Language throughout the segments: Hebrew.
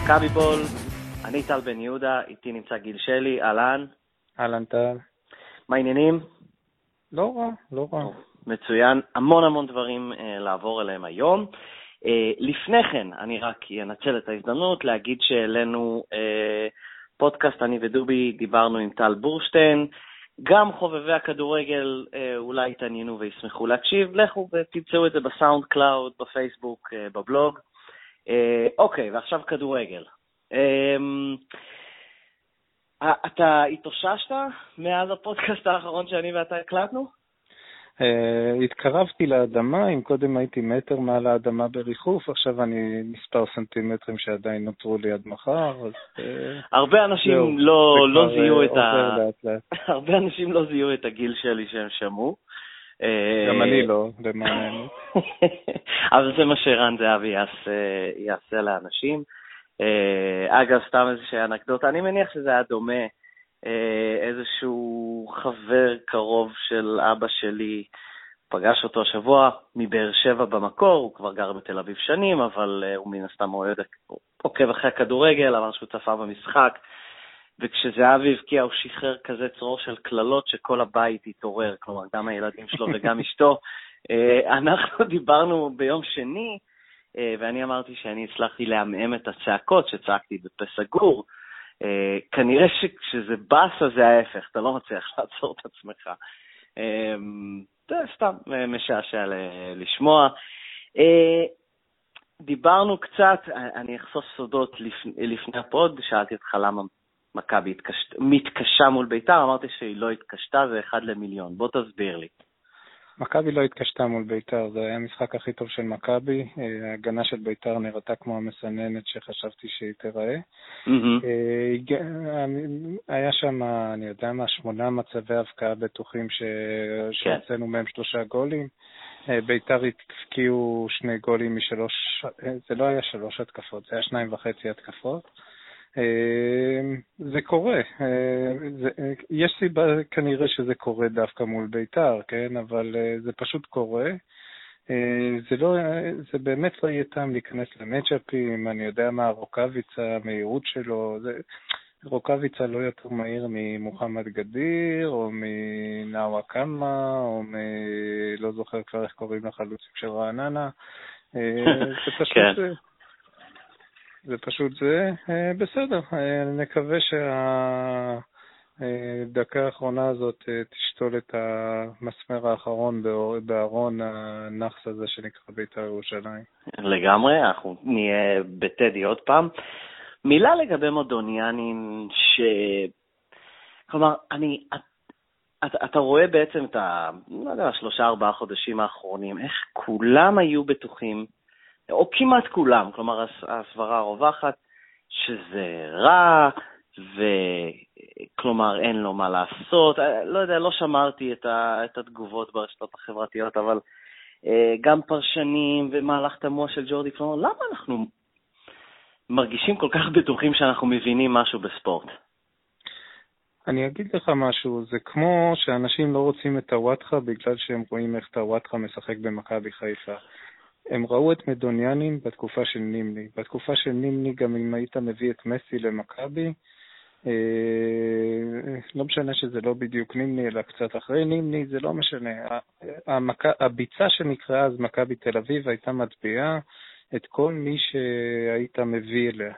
מכבי בול, אני טל בן יהודה, איתי נמצא גיל שלי, אהלן. אהלן טל. מה העניינים? לא רע. מצוין, המון דברים לעבור אליהם היום. לפני כן, אני רק אנצל את ההזדמנות להגיד שאלינו פודקאסט, אני ודובי דיברנו עם טל בורשטיין, גם חובבי הכדורגל אולי התעניינו וישמחו להקשיב, לכו ותמצאו את זה בסאונד קלאוד, בפייסבוק, בבלוג. אוקיי, ועכשיו כדורגל. אתה התאוששת מאז הפודקאסט האחרון שאני ואתה הקלטנו? התקרבתי לאדמה, אם קודם הייתי מטר מעל האדמה בריחוף, עכשיו אני מספר סנטימטרים שעדיין נותרו לי עד מחר. הרבה אנשים לא זיהו את הרבה אנשים לא זיהו את הגיל שלי שהם שמעו. גם אני לא, למען. אבל זה מה שרן זהבי יעשה לאנשים. אגב, סתם איזושהי אנקדוטה, אני מניח שזה היה דומה, איזשהו חבר קרוב של אבא שלי, פגש אותו השבוע מבאר שבע במקור, הוא כבר גר בתל אביב שנים, אבל הוא מן הסתם עוקב אחרי הכדורגל, אמר שהוא צפה במשחק, וכשזהבי הבקיע הוא שחרר כזה צרור של כללות שכל הבית התעורר, כלומר גם הילדים שלו וגם אשתו. אנחנו דיברנו ביום שני, ואני אמרתי שאני הצלחתי להמאם את הצעקות שצעקתי בפה סגור. כנראה שכשזה בסה זה ההפך, אתה לא מצליח לעצור את עצמך. זה סתם משעשע לשמוע. דיברנו קצת, אני אחשוף סודות לפני הפוד, שאלתי אותך למה מכבי מתקשה מול ביתר, אמרתי שהיא לא התקשתה, זה 1 למיליון. בוא תסביר לי. מכבי לא התקשתה מול ביתר, זה היה המשחק הכי טוב של מכבי, ההגנה של ביתר נראתה כמו המסננת שחשבתי שהיא תיראה. היה שם, אני יודע מה, 8 מצבי הבקעה בטוחים שהוצאנו מהם 3 גולים. ביתר התקיעו 2 גולים מ3, זה לא היה 3 התקפות, זה היה 2.5 התקפות. זה קורה, יש סיבה כנראה שזה קורה דווקא מול ביתר, כן? אבל זה פשוט קורה. זה באמת לא יהיה טעם להיכנס למצ'אפים, אני יודע מה, רוקאביצה, המהירות שלו, רוקאביצה לא יותר מהיר ממוחמד גדיר, או מנאווה קאמה, או לא זוכר כבר איך קוראים לחלוצים של רעננה. זה פשוט... זה פשוט זה, בסדר, נקווה שהדקה האחרונה הזאת תשתול את המסמר האחרון בארון הנחס הזה שנקרא בית"ר ירושלים. לגמרי, אנחנו נהיה בטדי עוד פעם. מילה לגבי מודוניאנים כלומר, אתה רואה בעצם את לא יודע, 3-4 חודשים האחרונים, איך כולם היו בטוחים, או כמעט כולם, כלומר הסברה הרווחת, שזה רע, וכלומר אין לו מה לעשות, לא יודע, לא שמרתי את התגובות ברשתות החברתיות, אבל גם פרשנים ומהלך תמוה של ג'ורדי, כלומר, למה אנחנו מרגישים כל כך בטוחים שאנחנו מבינים משהו בספורט? אני אגיד לך משהו, זה כמו שאנשים לא רוצים את הוואטחה בגלל שהם רואים איך את הוואטחה משחק במכבי חיפה. הם ראו את מדוניאנים בתקופה של נימני. בתקופה של נימני, גם אם היית מביא את מסי למכבי, לא משנה שזה לא בדיוק נימני, אלא קצת אחרי נימני, זה לא משנה. הביצה שנקראה אז מכבי תל אביב הייתה מטביעה את כל מי שהיית מביא אליה.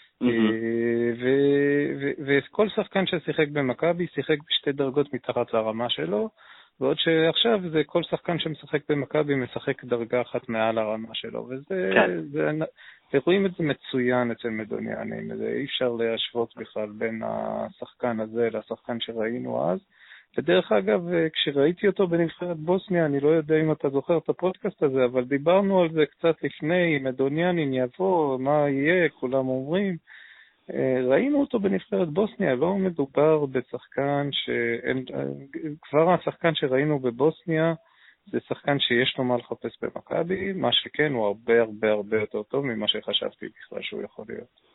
וכל שחקן ששיחק במכבי שיחק בשתי דרגות מתחת לרמה שלו, ועוד שעכשיו זה כל שחקן שמשחק במכבי משחק דרגה אחת מעל הרמה שלו, ורואים את זה מצוין אצל מדוניאנים, אי אפשר להשוות בכלל בין השחקן הזה לשחקן שראינו אז. ודרך אגב, כשראיתי אותו בנבחרת בוסניה, אני לא יודע אם אתה זוכר את הפודקאסט הזה, אבל דיברנו על זה קצת לפני, מדוניאנין יבוא, מה יהיה, כולם אומרים, ראינו אותו בנבחרת בוסניה, לא מדובר בשחקן כבר השחקן שראינו בבוסניה זה שחקן שיש לו מה לחפש במכבי, מה שכן הוא הרבה הרבה הרבה יותר טוב ממה שחשבתי בכלל שהוא יכול להיות.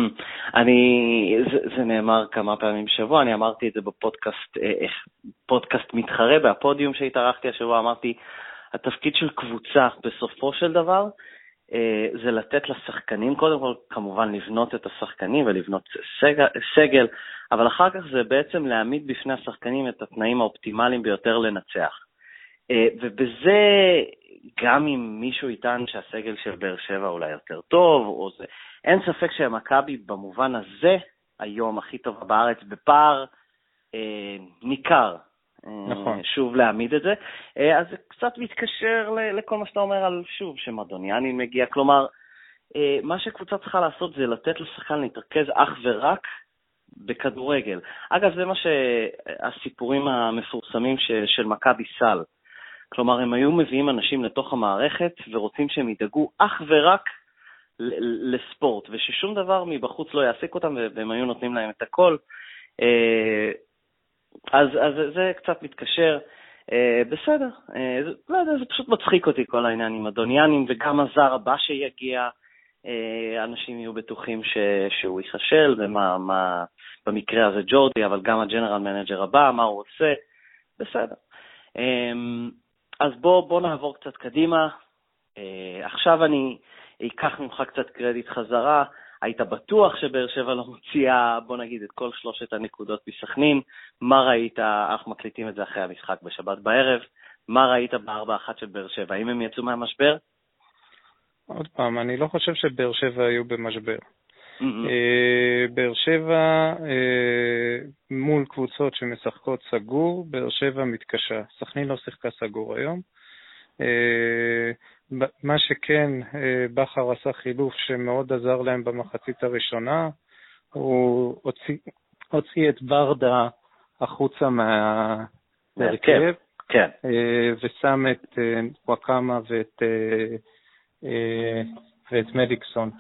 זה נאמר כמה פעמים שבוע, אני אמרתי את זה בפודקאסט מתחרה, בפודיום שהתארחתי השבוע, אמרתי, התפקיד של קבוצה בסופו של דבר, זה לתת לשחקנים, קודם כל כמובן לבנות את השחקנים ולבנות סגל, אבל אחר כך זה בעצם להעמיד בפני השחקנים את התנאים האופטימליים ביותר לנצח. ובזה גם אם מישהו יטען שהסגל של באר שבע אולי יותר טוב, או זה, אין ספק שמכבי במובן הזה היום הכי טובה בארץ בפער ניכר. נכון. שוב להעמיד את זה. אז זה קצת מתקשר לכל מה שאתה אומר על שוב שמדוניאני מגיע. כלומר, מה שקבוצה צריכה לעשות זה לתת לשחקן להתרכז אך ורק בכדורגל. אגב, זה מה שהסיפורים המפורסמים של מכבי סל. כלומר, הם היו מביאים אנשים לתוך המערכת ורוצים שהם ידאגו אך ורק לספורט, וששום דבר מבחוץ לא יעסיק אותם, והם היו נותנים להם את הכל. אז זה קצת מתקשר. בסדר, לא יודע, זה פשוט מצחיק אותי כל העניין עם הדוניאנים, וגם הזר הבא שיגיע, אנשים יהיו בטוחים שהוא יחשל, ומה במקרה הזה ג'ורדי, אבל גם הג'נרל מנג'ר הבא, מה הוא עושה. בסדר. אז בוא נעבור קצת קדימה. עכשיו אני אקח ממך קצת קרדיט חזרה. היית בטוח שבאר שבע לא מוציאה, בוא נגיד, את כל 3 הנקודות בסכנין. מה ראית, אנחנו מקליטים את זה אחרי המשחק בשבת בערב, מה ראית ב4-1 של באר שבע? האם הם יצאו מהמשבר? עוד פעם, אני לא חושב שבאר שבע היו במשבר. באר שבע מול קבוצות שמשחקות סגור, באר שבע מתקשה. סכנין לא שיחקה סגור היום. מה שכן, בכר עשה חילוף שמאוד עזר להם במחצית הראשונה, הוא הוציא את ברדה החוצה מהרכב, כן. ושם את וואקמה ואת מדיקסון.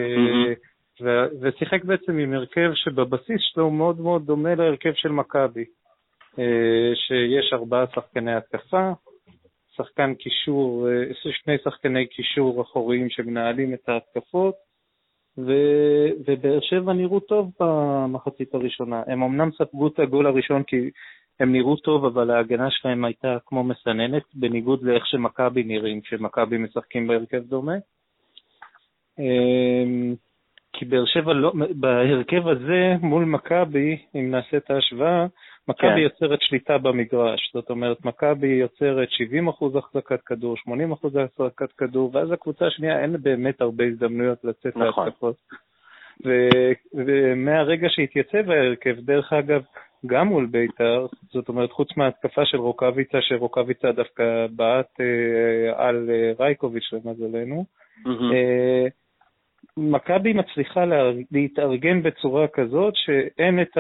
ושיחק בעצם עם הרכב שבבסיס שלו הוא מאוד מאוד דומה להרכב של מכבי, שיש 4 שחקני התקפה, שחקן קישור, 2 שחקני קישור אחוריים שמנהלים את ההתקפות, ובאר שבע נראו טוב במחצית הראשונה. הם אמנם ספגו את הגול הראשון כי הם נראו טוב, אבל ההגנה שלהם הייתה כמו מסננת, בניגוד לאיך שמכבי נראים, כשמכבי משחקים בהרכב דומה. כי באר שבע לא, בהרכב הזה מול מכבי, אם נעשה את ההשוואה, מכבי יוצרת שליטה במגרש. זאת אומרת, מכבי יוצרת 70% החזקת כדור, 80% החזקת כדור, ואז הקבוצה השנייה אין באמת הרבה הזדמנויות לצאת להתקפות. ומהרגע שהתייצב ההרכב, דרך אגב, גם מול בית"ר, זאת אומרת, חוץ מההתקפה של רוקאביצה, שרוקאביצה דווקא בעט על רייקוביץ' למזלנו, מכבי מצליחה להתארגן בצורה כזאת שאין את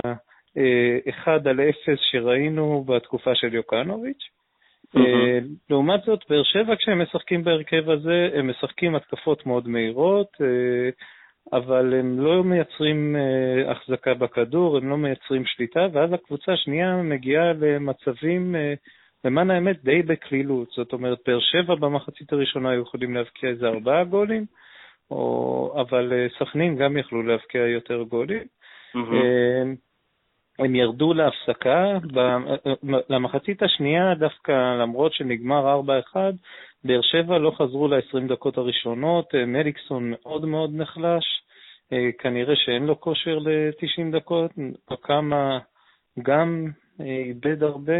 ה-1-0 שראינו בתקופה של יוקנוביץ'. לעומת זאת, באר שבע כשהם משחקים בהרכב הזה, הם משחקים התקפות מאוד מהירות, אבל הם לא מייצרים החזקה בכדור, הם לא מייצרים שליטה, ואז הקבוצה השנייה מגיעה למצבים, למען האמת, די בקלילות. זאת אומרת, באר שבע במחצית הראשונה היו יכולים להבקיע איזה 4 גולים, אבל סכנין גם יכלו להבקיע יותר גולים. הם ירדו להפסקה, למחצית השנייה דווקא למרות שנגמר 4-1, באר שבע לא חזרו ל-20 דקות הראשונות, מליקסון מאוד מאוד נחלש, כנראה שאין לו כושר ל-90 דקות, כמה גם איבד הרבה,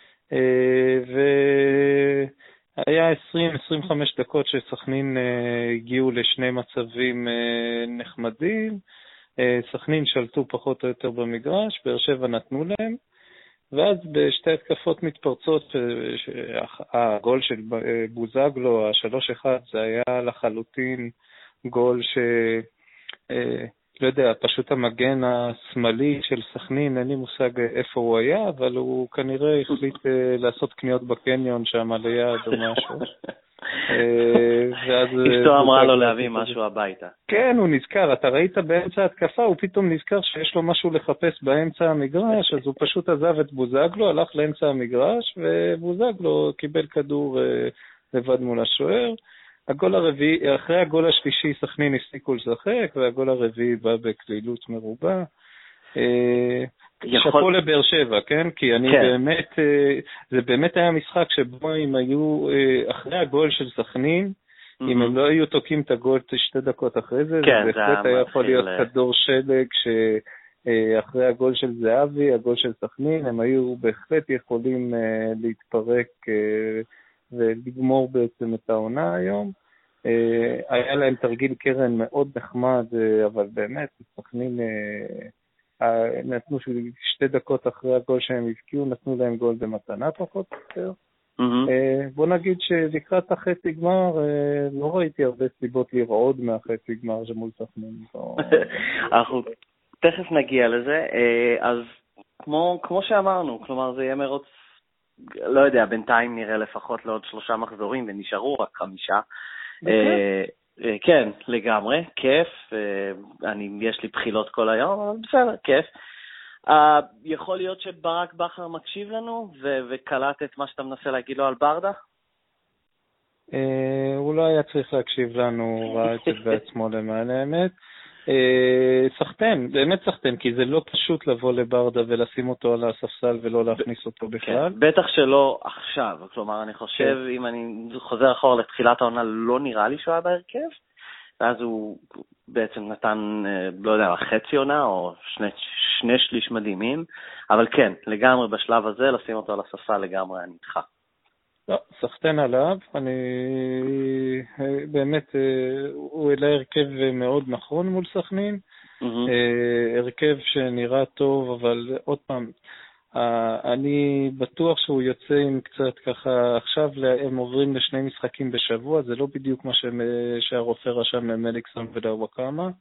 והיה 20-25 דקות שסכנין הגיעו לשני מצבים נחמדים, סכנין שלטו פחות או יותר במגרש, באר שבע נתנו להם, ואז בשתי התקפות מתפרצות, הגול של בוזגלו, ה-3-1, זה היה לחלוטין גול לא יודע, פשוט המגן השמאלי של סכנין, אין לי מושג איפה הוא היה, אבל הוא כנראה החליט לעשות קניות בקניון שם ליד או משהו. אשתו אמרה לו להביא משהו הביתה. כן, הוא נזכר, אתה ראית באמצע התקפה, הוא פתאום נזכר שיש לו משהו לחפש באמצע המגרש, אז הוא פשוט עזב את בוזגלו, הלך לאמצע המגרש, ובוזגלו קיבל כדור לבד מול השוער. הגול הרביעי, אחרי הגול השלישי סכנין הפסיקו לשחק, והגול הרביעי בא בקלילות מרובה. שפו לבאר שבע, כן? כי אני באמת, זה באמת היה משחק שבו אם היו, אחרי הגול של סכנין, אם הם לא היו תוקעים את הגול 2 דקות אחרי זה, כן, זה בהחלט היה יכול להיות כדור שלג שאחרי הגול של זהבי, הגול של סכנין, הם היו בהחלט יכולים להתפרק ולגמור בעצם את העונה היום. היה להם תרגיל קרן מאוד נחמד, אבל באמת, סכנין נתנו 2 דקות אחרי הגול שהם הבקיעו, נתנו להם גול במתנה פחות או יותר. בוא נגיד שלקראת החצי גמר לא ראיתי הרבה סיבות לרעוד מהחצי גמר שמול סכנין. אנחנו תכף נגיע לזה, אז כמו שאמרנו, כלומר זה יהיה מרוץ, לא יודע, בינתיים נראה לפחות לעוד 3 מחזורים ונשארו רק 5. כן, לגמרי, כיף, יש לי בחילות כל היום, אבל בסדר, כיף. יכול להיות שברק בכר מקשיב לנו וקלט את מה שאתה מנסה להגיד לו על ברדה? הוא לא היה צריך להקשיב לנו, הוא ראה את זה בעצמו למען האמת. סחטן, באמת סחטן, כי זה לא פשוט לבוא לברדה ולשים אותו על הספסל ולא להכניס אותו בכלל. בטח שלא עכשיו, כלומר אני חושב, אם אני חוזר אחורה לתחילת העונה, לא נראה לי שהוא היה בהרכב, ואז הוא בעצם נתן, לא יודע, חצי עונה או 2/3 מדהימים, אבל כן, לגמרי בשלב הזה, לשים אותו על הספסל לגמרי אני איתך. לא, סחטן עליו, אני באמת, הוא אלה הרכב מאוד נכון מול סכנין, הרכב שנראה טוב, אבל עוד פעם, אני בטוח שהוא יוצא עם קצת ככה, עכשיו הם עוברים ל2 משחקים בשבוע, זה לא בדיוק מה שהרופא רשם למליקסון ולוואקמה,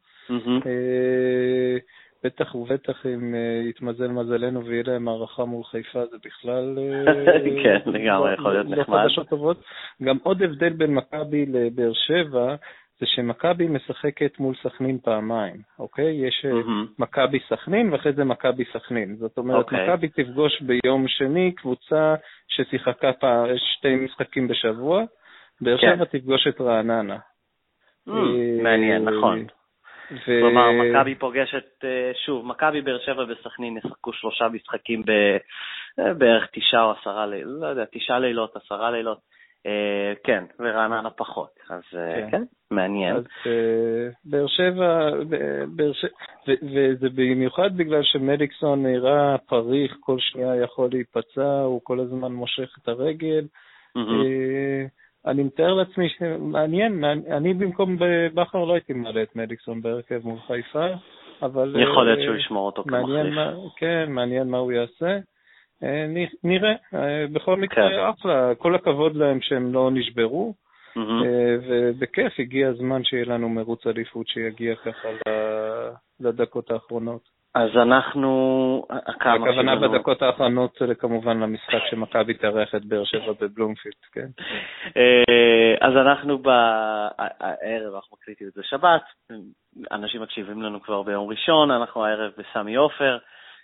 בטח ובטח אם יתמזל מזלנו ויהיה להם הערכה מול חיפה, זה בכלל כן, לגמרי יכול להיות נחמד. לא חדשות טובות. גם עוד הבדל בין מכבי לבאר שבע, זה שמכבי משחקת מול סכנין פעמיים, אוקיי? יש מכבי סכנין ואחרי זה מכבי סכנין. זאת אומרת, מכבי תפגוש ביום שני קבוצה ששיחקה 2 משחקים בשבוע, באר שבע תפגוש את רעננה. מעניין, נכון. כלומר, מכבי פוגשת, שוב, מכבי באר שבע וסכנין ישחקו 3 משחקים בערך 9 או 10 לילות, לא יודע, 9 לילות, 10 לילות, כן, ורעננה פחות, אז כן, מעניין. אז באר שבע, וזה במיוחד בגלל שמליקסון נראה פריך, כל שנייה יכול להיפצע, הוא כל הזמן מושך את הרגל, אני מתאר לעצמי שמעניין, אני במקום בכר לא הייתי מעלה את מליקסון בהרכב מול חיפה, אבל יכול להיות שהוא ישמור אותו כמחליף. כן, מעניין מה הוא יעשה. נראה, בכל מקרה אחלה, כל הכבוד להם שהם לא נשברו, ובכיף הגיע הזמן שיהיה לנו מרוץ אליפות שיגיע ככה לדקות האחרונות. אז אנחנו... הכוונה בדקות האחרונות זה כמובן למשחק שמכבי תארח את באר שבע בבלומפילד, כן? אז אנחנו בערב, אנחנו מקליטים את זה שבת, אנשים מקשיבים לנו כבר ביום ראשון, אנחנו הערב בסמי עופר.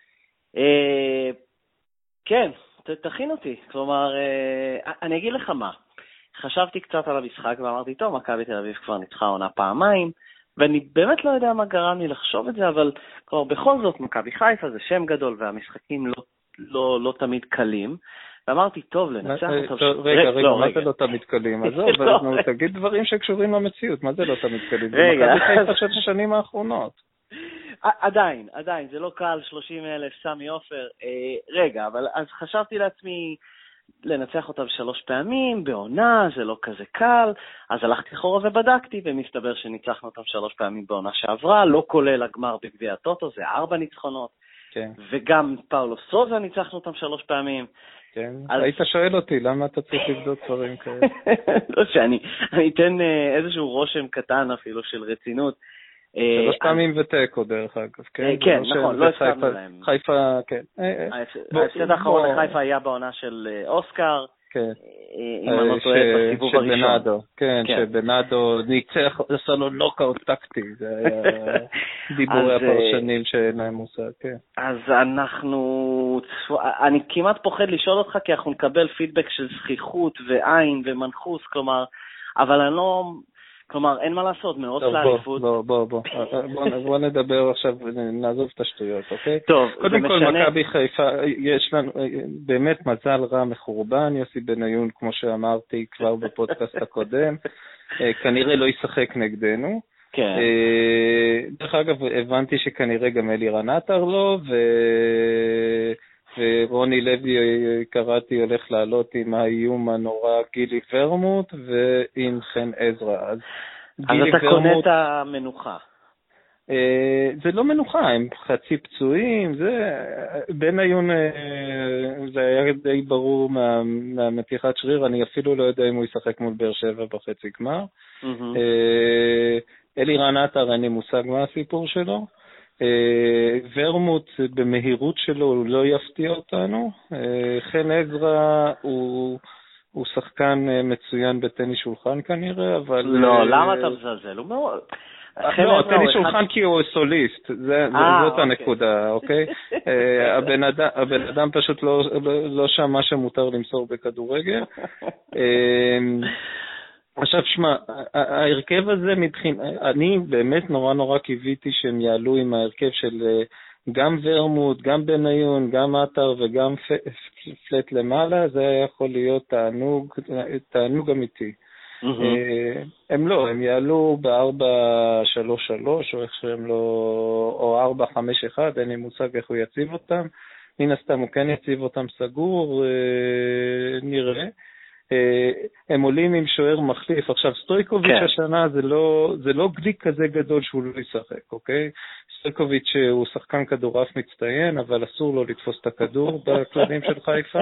כן, תכין אותי, כלומר, אני אגיד לך מה, חשבתי קצת על המשחק ואמרתי, טוב, מכבי תל אביב כבר ניצחה עונה פעמיים, ואני באמת לא יודע מה גרם לי לחשוב את זה, אבל כבר בכל זאת מכבי חיפה זה שם גדול, והמשחקים לא תמיד קלים, ואמרתי, טוב, לנצח אותם... רגע, מה זה לא תמיד קלים? עזוב, תגיד דברים שקשורים למציאות, מה זה לא תמיד קלים? זה מכבי חיפה של השנים האחרונות. עדיין, זה לא קל, 30,000, סמי עופר, רגע, אבל אז חשבתי לעצמי, לנצח אותם 3 פעמים, בעונה, זה לא כזה קל, אז הלכתי אחורה ובדקתי, ומסתבר שניצחנו אותם 3 פעמים בעונה שעברה, לא כולל הגמר בגביע הטוטו, זה 4 ניצחונות, כן. וגם פאולו סוזה ניצחנו אותם 3 פעמים. כן, היית שואל אותי, למה אתה צריך לבדוק דברים כאלה? לא שאני אתן איזשהו רושם קטן אפילו של רצינות, 3 פעמים ותיקו דרך אגב, כן? כן, נכון, לא הפסדנו להם. חיפה, כן. ההפסד האחרון לחיפה היה בעונה של אוסקר, כן. אם אני לא טועה בסיבוב הראשון. כן, שבנאדו ניצח, עשה לו נוקאוט טקטי, זה היה דיבורי הפרשנים שאין להם מושג, כן. אז אני כמעט פוחד לשאול אותך, כי אנחנו נקבל פידבק של זכיחות ועין ומנחוס, כלומר, אבל אני לא... כלומר, אין מה לעשות, מאוד לאליפות. בוא נדבר עכשיו, נעזוב את השטויות, אוקיי? טוב, קודם כל, מכבי חיפה, יש לנו באמת מזל רע מחורבן, יוסי בניון, כמו שאמרתי כבר בפודקאסט הקודם, כנראה לא ישחק נגדנו. כן. דרך אגב, הבנתי שכנראה גם אלירן עטר לא, ורוני לוי, קראתי, הולך לעלות עם האיום הנורא גילי ורמוט ועם חן עזרא. אז אתה קונה את המנוחה. זה לא מנוחה, הם חצי פצועים, בניון זה היה די ברור מהמתיחת שריר, אני אפילו לא יודע אם הוא ישחק מול באר שבע בחצי גמר. אלירן עטר, אין לי מושג מה הסיפור שלו. ורמוט במהירות שלו הוא לא יפתיע אותנו. חן עזרא הוא שחקן מצוין בטניס שולחן כנראה, אבל... לא, למה אתה מזלזל? הוא מאוד... לא, טניס שולחן כי הוא סוליסט, זאת הנקודה, אוקיי? הבן אדם פשוט לא שמע שמותר למסור בכדורגל. עכשיו, שמע, ההרכב הזה אני באמת נורא קיוויתי שהם יעלו עם ההרכב של גם ורמוט, גם בניון, גם עטר וגם פלט למעלה, זה היה יכול להיות תענוג אמיתי. הם לא, הם יעלו ב-4-3-3 או איך שהם לא, או 4-5-1, אין לי מושג איך הוא יציב אותם. מן הסתם הוא כן יציב אותם סגור, נראה. הם עולים עם שוער מחליף. עכשיו, סטויקוביץ' השנה זה לא גליק כזה גדול שהוא לא ישחק, אוקיי? סטויקוביץ' הוא שחקן כדורעף מצטיין, אבל אסור לו לתפוס את הכדור בכללים של חיפה.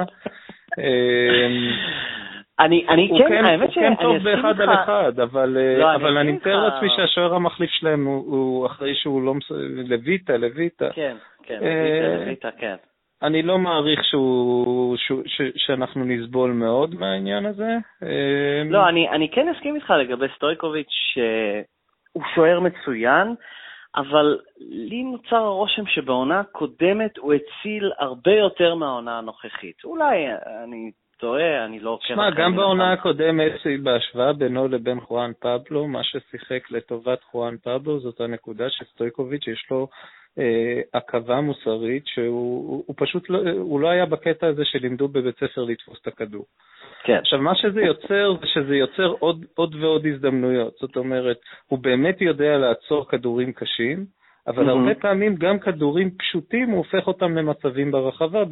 אני כן, האמת שאני טוב באחד על אחד, אבל אני מתאר לעצמי שהשוער המחליף שלהם הוא אחרי שהוא לא לויטה. כן, לויטה, כן. אני לא מעריך שאנחנו נסבול מאוד מהעניין הזה. לא, אני כן אסכים איתך לגבי סטויקוביץ' שהוא שוער מצוין, אבל לי נוצר הרושם שבעונה הקודמת הוא הציל הרבה יותר מהעונה הנוכחית. אולי אני טועה, אני לא... שמע, גם בעונה הקודמת, בהשוואה בינו לבין חואן פבלו, מה ששיחק לטובת חואן פבלו, זאת הנקודה שסטויקוביץ' יש לו עקבה מוסרית, שהוא פשוט לא היה בקטע הזה שלימדו בבית ספר לתפוס את הכדור. כן. עכשיו, מה שזה יוצר, זה שזה יוצר עוד ועוד הזדמנויות. זאת אומרת, הוא באמת יודע לעצור כדורים קשים, אבל הרבה פעמים גם כדורים פשוטים הוא הופך אותם למצבים ברחבה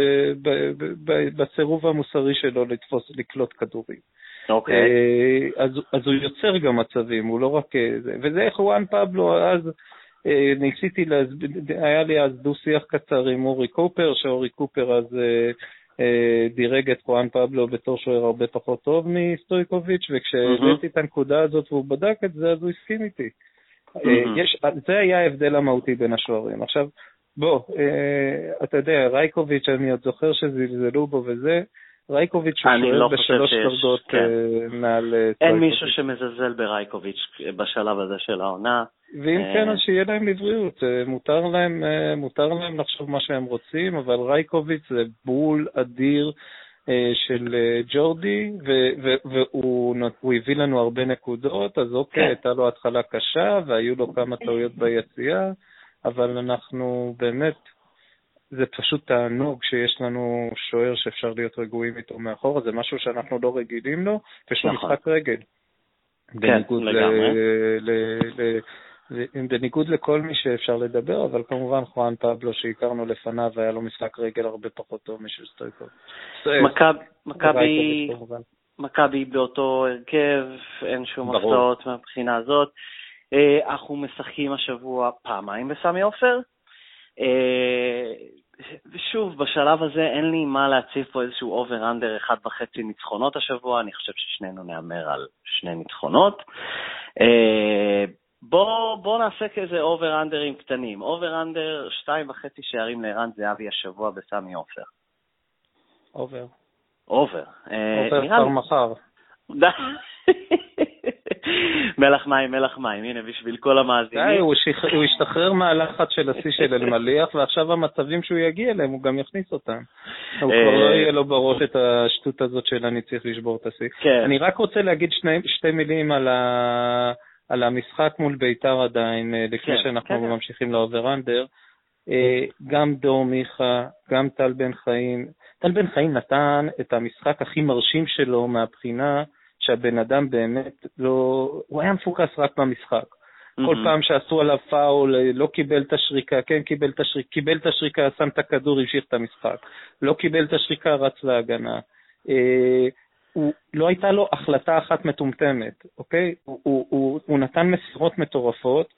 בסירוב המוסרי שלו לקלוט כדורים. אוקיי. אז הוא יוצר גם מצבים, הוא לא רק זה. וזה איך חואן פבלו, אז ניסיתי, היה לי אז דו שיח קצר עם אורי קופר, שאורי קופר אז דירג את חואן פבלו בתור שוער הרבה פחות טוב מסטויקוביץ', וכשהבאתי את הנקודה הזאת והוא בדק את זה, אז הוא הסכים איתי. זה היה ההבדל המהותי בין השוערים. עכשיו, בוא, אתה יודע, רייקוביץ', אני עוד זוכר שזלזלו בו וזה, רייקוביץ' הוא שוער בשלוש דרגות מעל... אין מישהו שמזלזל ברייקוביץ' בשלב הזה של העונה. ואם כן, אז שיהיה להם לבריאות. מותר להם לחשוב מה שהם רוצים, אבל רייקוביץ' זה בול אדיר של ג'ורדי, והוא הביא לנו הרבה נקודות, אז אוקיי, הייתה לו התחלה קשה, והיו לו כמה טעויות ביציאה, אבל אנחנו באמת, זה פשוט תענוג שיש לנו שוער שאפשר להיות רגועים איתו מאחורה, זה משהו שאנחנו לא רגילים לו, ויש לו משחק רגל. בניגוד לכל מי שאפשר לדבר, אבל כמובן חואן פבלו שהכרנו לפניו והיה לו משחק רגל הרבה פחות טוב משל סטויקוב. מכבי באותו הרכב, אין שום הפתעות מהבחינה הזאת. אנחנו משחקים השבוע פעמיים בסמי עופר. ושוב, בשלב הזה אין לי מה להציב פה איזשהו אובר-אנדר 1.5 ניצחונות השבוע, אני חושב ששנינו נאמר על 2 ניצחונות. בוא נעשה כזה אובר-אנדרים קטנים. אובר-אנדר 2.5 שערים לערן זהבי השבוע בסמי עופר. אובר כבר מחר. מלח מים, הנה בשביל כל המאזינים. הוא השתחרר מהלחץ של השיא של אלמליח, ועכשיו המצבים שהוא יגיע אליהם, הוא גם יכניס אותם. הוא כבר לא יהיה לו בראש את השטות הזאת של אני צריך לשבור את השיא. אני רק רוצה להגיד שתי מילים על המשחק מול ביתר עדיין, לפני שאנחנו ממשיכים לאובר-אנדר. גם דור מיכה, גם טל בן חיים נתן את המשחק הכי מרשים שלו מהבחינה שהבן אדם באמת לא, הוא היה מפוקס רק במשחק. כל פעם שעשו עליו פאול, לא קיבל את השריקה, כן קיבל את השריקה, שם את הכדור, המשיך את המשחק. לא קיבל את השריקה, רץ להגנה. לא הייתה לו החלטה אחת מטומטמת, אוקיי? הוא נתן מסירות מטורפות,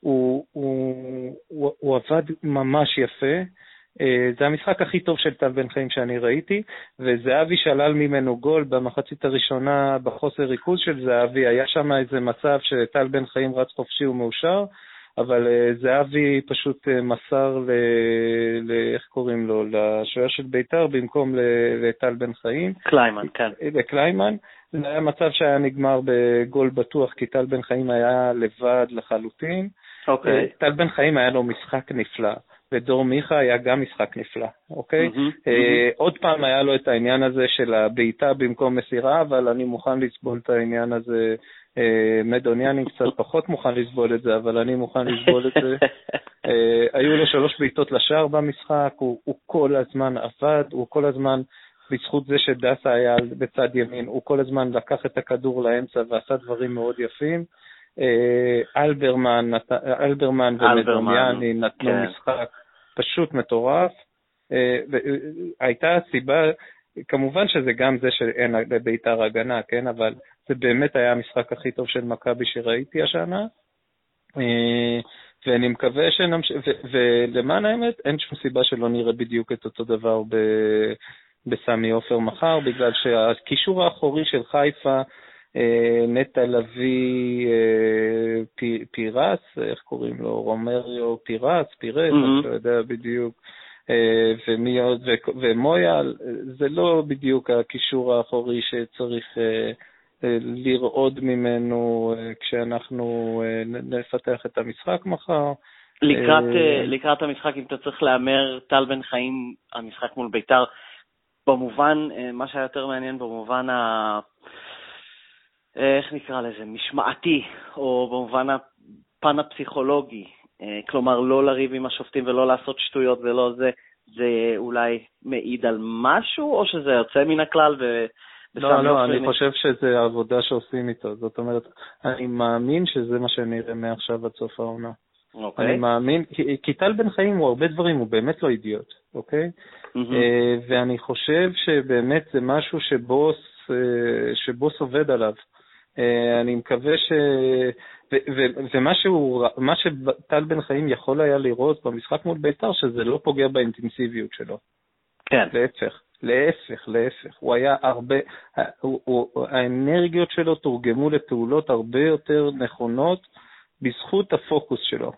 הוא עבד ממש יפה, זה המשחק הכי טוב של טל בן חיים שאני ראיתי, וזהבי שלל ממנו גול במחצית הראשונה בחוסר ריכוז של זהבי, היה שם איזה מצב שטל בן חיים רץ חופשי ומאושר, אבל זהבי פשוט מסר איך קוראים לו, לשוער של ביתר במקום לטל בן חיים. קליימן, כן. לקליימן. זה היה מצב שהיה נגמר בגול בטוח, כי טל בן חיים היה לבד לחלוטין. אוקיי. טל בן חיים היה לו משחק נפלא, ודור מיכה היה גם משחק נפלא, אוקיי? עוד פעם היה לו את העניין הזה של הביתה במקום מסירה, אבל אני מוכן לסבול את העניין הזה, מדוניאני קצת פחות מוכן לסבול את זה, אבל אני מוכן לסבול את זה. היו לו 3 בעיטות לשער במשחק, הוא כל הזמן עבד, הוא כל הזמן, בזכות זה שדסה היה בצד ימין, הוא כל הזמן לקח את הכדור לאמצע ועשה דברים מאוד יפים. אלברמן ומדוניאני נתנו משחק פשוט מטורף. הייתה סיבה, כמובן שזה גם זה שאין לביתר הגנה, כן, אבל זה באמת היה המשחק הכי טוב של מכבי שראיתי השנה, ואני מקווה שנמשיך, ולמען האמת אין שום סיבה שלא נראה בדיוק את אותו דבר בסמי עופר מחר, בגלל שהקישור האחורי של חיפה, נטע לוי פירס, איך קוראים לו? רומריו פירס, אני לא יודע בדיוק, ומי עוד, ומויאל, זה לא בדיוק הקישור האחורי שצריך לרעוד ממנו כשאנחנו נפתח את המשחק מחר. לקראת המשחק, אם אתה צריך לאמר טל בן חיים, המשחק מול ביתר, במובן, מה שהיה יותר מעניין במובן איך נקרא לזה, משמעתי, או במובן הפן הפסיכולוגי, כלומר לא לריב עם השופטים ולא לעשות שטויות ולא זה אולי מעיד על משהו, או שזה יוצא מן הכלל לא, אני חושב שזה העבודה שעושים איתו, זאת אומרת, אני מאמין שזה מה שנראה מעכשיו עד סוף העונה. אני מאמין, כי טל בן חיים הוא הרבה דברים, הוא באמת לא אידיוט, אוקיי? ואני חושב שבאמת זה משהו שבוס עובד עליו. אני מקווה ומה שטל בן חיים יכול היה לראות במשחק מול ביתר, שזה לא פוגע באינטנסיביות שלו. כן. להפך. הוא היה הרבה, האנרגיות שלו תורגמו לפעולות הרבה יותר נכונות בזכות הפוקוס שלו.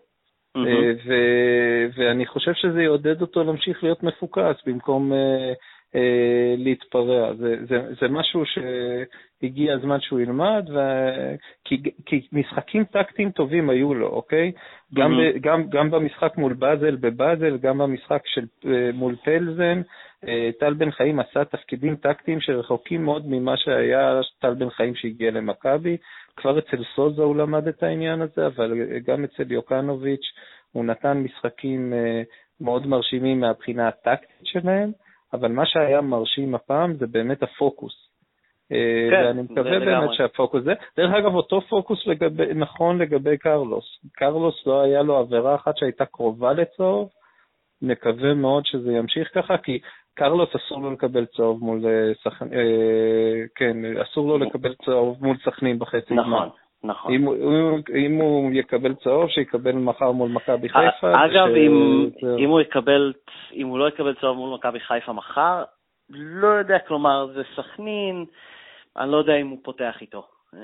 ואני חושב שזה יעודד אותו להמשיך להיות מפוקס במקום להתפרע. זה משהו שהגיע הזמן שהוא ילמד, כי משחקים טקטיים טובים היו לו, אוקיי? גם במשחק מול בבאזל, גם במשחק מול פלזן, טל בן חיים עשה תפקידים טקטיים שרחוקים מאוד ממה שהיה טל בן חיים שהגיע למכבי. כבר אצל סוזה הוא למד את העניין הזה, אבל גם אצל יוקנוביץ' הוא נתן משחקים מאוד מרשימים מהבחינה הטקטית שלהם, אבל מה שהיה מרשים הפעם זה באמת הפוקוס. ואני מקווה באמת שהפוקוס זה. דרך אגב, אותו פוקוס נכון לגבי קרלוס. קרלוס לא היה לו עבירה אחת שהייתה קרובה לצהוב, מקווה מאוד שזה ימשיך ככה, כי קרלוס אסור לו לקבל צהוב מול אסור לו לקבל צהוב מול סכנין בחצי זמן. נכון. אם הוא יקבל צהוב, שיקבל מחר מול מכבי חיפה. אגב, אם הוא לא יקבל צהוב מול מכבי חיפה מחר, לא יודע, כלומר, זה סכנין, אני לא יודע אם הוא פותח איתו.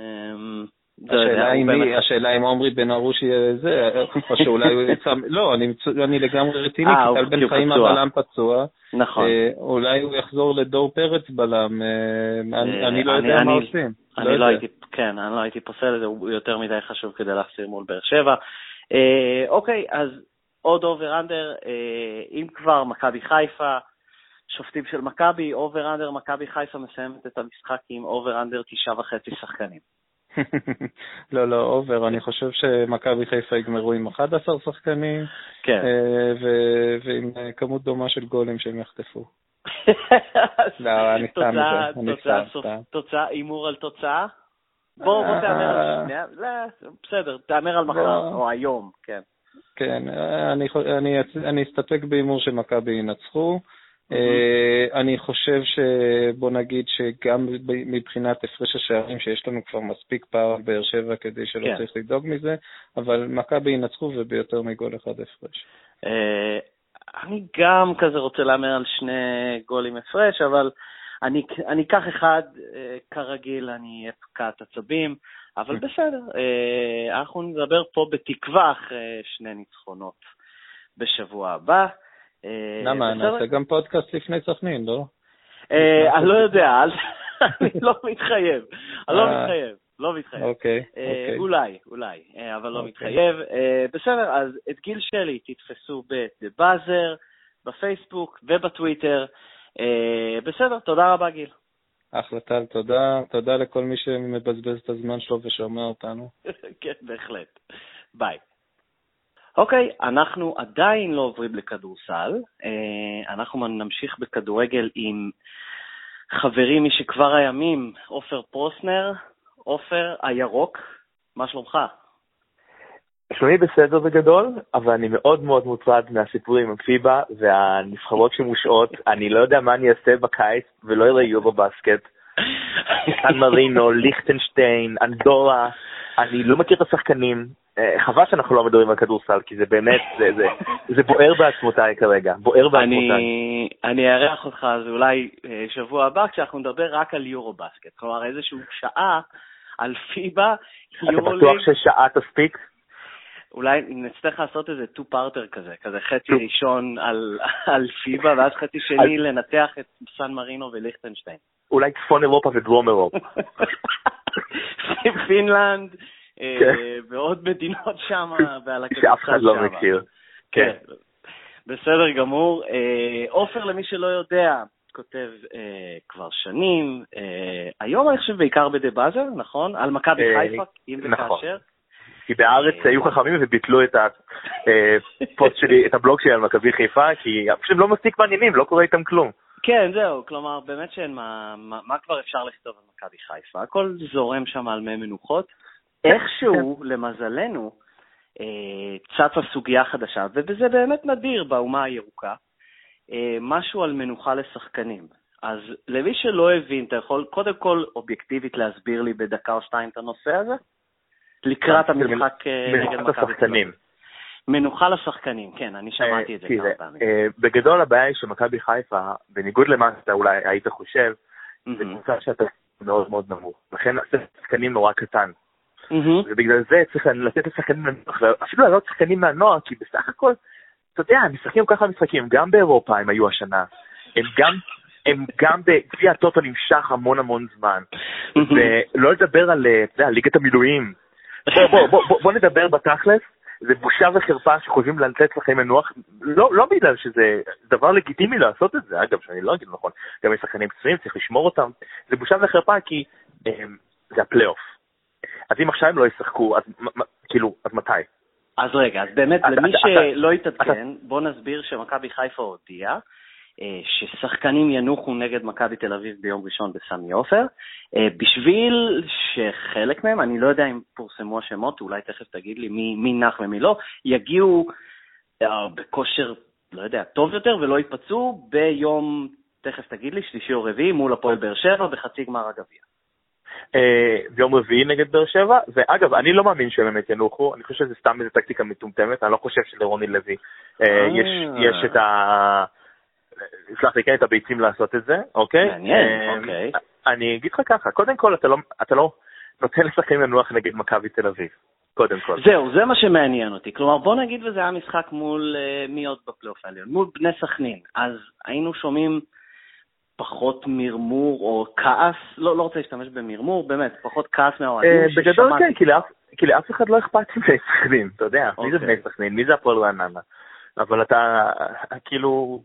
השאלה אם עומרי בן ארוש יהיה זה, או שאולי הוא יצא, לא, אני לגמרי רציני, כי טל בן חיים הבלם פצוע. נכון. אולי הוא יחזור לדור פרץ בלם, אני לא יודע מה עושים. אני לא הייתי פוסל את זה, הוא יותר מדי חשוב כדי להחסיר מול באר שבע. אוקיי, אז עוד אובר אנדר, אם כבר מכבי חיפה, שופטים של מכבי, אובר אנדר, מכבי חיפה מסיימת את המשחק עם אובר אנדר 9.5 שחקנים. לא, אובר, אני חושב שמכבי חיפה יגמרו עם 11 שחקנים, כן. ועם כמות דומה של גולים שהם יחטפו. לא, אני סתם. תוצאה, אימור על תוצאה? בוא תאמר על שנייה, בסדר, תאמר על מחר, או היום, כן. כן, אני אסתפק באימור שמכבי ינצחו. אני חושב שבוא נגיד שגם מבחינת הפרש השערים שיש לנו כבר מספיק פער באר שבע כדי שלא צריך לדאוג מזה, אבל מכבי ינצחו וביותר מגול אחד הפרש. אני גם כזה רוצה לאמר על 2 גולים הפרש, אבל אני אקח אחד, כרגיל אני אפקעת עצבים, אבל בסדר, אנחנו נדבר פה בתקווה אחרי 2 ניצחונות בשבוע הבא. למה? נעשה גם פודקאסט לפני סכנין, לא? אני לא יודע, אני לא מתחייב. אוקיי. אולי, אבל לא מתחייב. בסדר, אז את גיל שלי תתפסו ב-The Buzzer, בפייסבוק ובטוויטר. בסדר, תודה רבה גיל. אחלה טל, תודה לכל מי שמבזבז את הזמן שלו ושומע אותנו. כן, בהחלט. ביי. אוקיי, אנחנו עדיין לא עוברים לכדורסל, אנחנו נמשיך בכדורגל עם חברי משכבר הימים, עופר פרוסנר. עופר הירוק, מה שלומך? שלומי בסדר בגדול, אבל אני מאוד מאוד מוטרד מהסיפורים עם פיבה והנבחרות שמושעות. אני לא יודע מה אני אעשה בקיץ ולא יראה יורו בסקט. סן מרינו, ליכטנשטיין, אנדורה, אני לא מכיר את השחקנים. חבל שאנחנו לא מדברים על כדורסל, כי זה באמת, זה בוער בעצמותיי כרגע, בוער בעצמותיי. אני אארח אותך, אז אולי שבוע הבא, כשאנחנו נדבר רק על יורו בסקט, כלומר איזשהו שעה על פיבה, אתה בטוח ששעה תספיק? אולי נצטרך לעשות איזה 2-parter כזה חצי ראשון על פיבה, ואז חצי שני לנתח את סן מרינו וליכטנשטיין. אולי צפון אירופה ודרום אירופה. פינלנד, ועוד מדינות שם, שאף אחד לא מכיר. כן. בסדר גמור. עופר, למי שלא יודע, כותב כבר שנים, היום אני חושב בעיקר ב-The Buzzer, נכון? על מכבי חיפה, אם וכאשר. כי בארץ היו חכמים וביטלו את הפוסט שלי, את הבלוג שלי על מכבי חיפה, כי פשוט לא מספיק מעניינים, לא קורה איתם כלום. כן, זהו, כלומר, באמת שאין מה כבר אפשר לכתוב על מכבי חיפה, הכל זורם שם על מי מנוחות. איכשהו, למזלנו, צצה סוגיה חדשה, ובזה באמת נדיר באומה הירוקה, משהו על מנוחה לשחקנים. אז למי שלא הבין, אתה יכול קודם כל אובייקטיבית להסביר לי בדקה או 2 את הנושא הזה? לקראת המשחק נגד מכבי תל אביב. מנוחה לשחקנים, כן, אני שמעתי את זה כמה פעמים. בגדול הבעיה היא שמכבי חיפה, בניגוד למה שאתה אולי היית חושב, זה קבוצה שאתה מאוד מאוד נמוך. לכן השחקנים נורא קטן. ובגלל זה צריך לתת לשחקנים לנוח, ואפילו לעלות שחקנים מהנוער, כי בסך הכל, אתה יודע, משחקים ככה משחקים, גם באירופה הם היו השנה, הם גם בגביע הטוטו נמשך המון המון זמן, ולא לדבר על ליגת המילואים. בוא נדבר בתכלס, זה בושה וחרפה שחושבים לתת לכם מנוח, לא בגלל שזה דבר לגיטימי לעשות את זה, אגב, שאני לא אגיד נכון, גם יש שחקנים פצועים, צריך לשמור אותם, זה בושה וחרפה כי זה הפלייאוף. אז אם עכשיו הם לא ישחקו, אז מתי? אז רגע, אז באמת, למי שלא יתעדכן, בוא נסביר שמכבי חיפה הודיעה, ששחקנים ינוחו נגד מכבי תל אביב ביום ראשון בסמי עופר, בשביל שחלק מהם, אני לא יודע אם פורסמו השמות, אולי תכף תגיד לי מי נח ומי לא, יגיעו בכושר, לא יודע, טוב יותר ולא ייפצעו ביום, תכף תגיד לי, שלישי או רביעי מול הפועל באר שבע בחצי גמר הגביע. ביום רביעי נגד באר שבע, ואגב, אני לא מאמין שהם באמת ינוחו, אני חושב שזה סתם איזו טקטיקה מטומטמת, אני לא חושב שלרוני לוי יש את סלח לי, כן, את הביצים לעשות את זה, אוקיי? מעניין, אוקיי. אני אגיד לך ככה, קודם כל אתה לא נותן לשחקנים לנוח נגד מכבי תל אביב, קודם כל. זהו, זה מה שמעניין אותי, כלומר בוא נגיד וזה היה משחק מול מי עוד בפלייאוף העליון, מול בני סכנין, אז היינו שומעים פחות מרמור או כעס, לא רוצה להשתמש במרמור, באמת, פחות כעס מהאוהדים ששמעתי. בגדול כן, כי לאף אחד לא אכפת מבני סכנין, אתה יודע, מי זה בני סכנין, מי זה הפועל רעננה, אבל אתה, כאילו,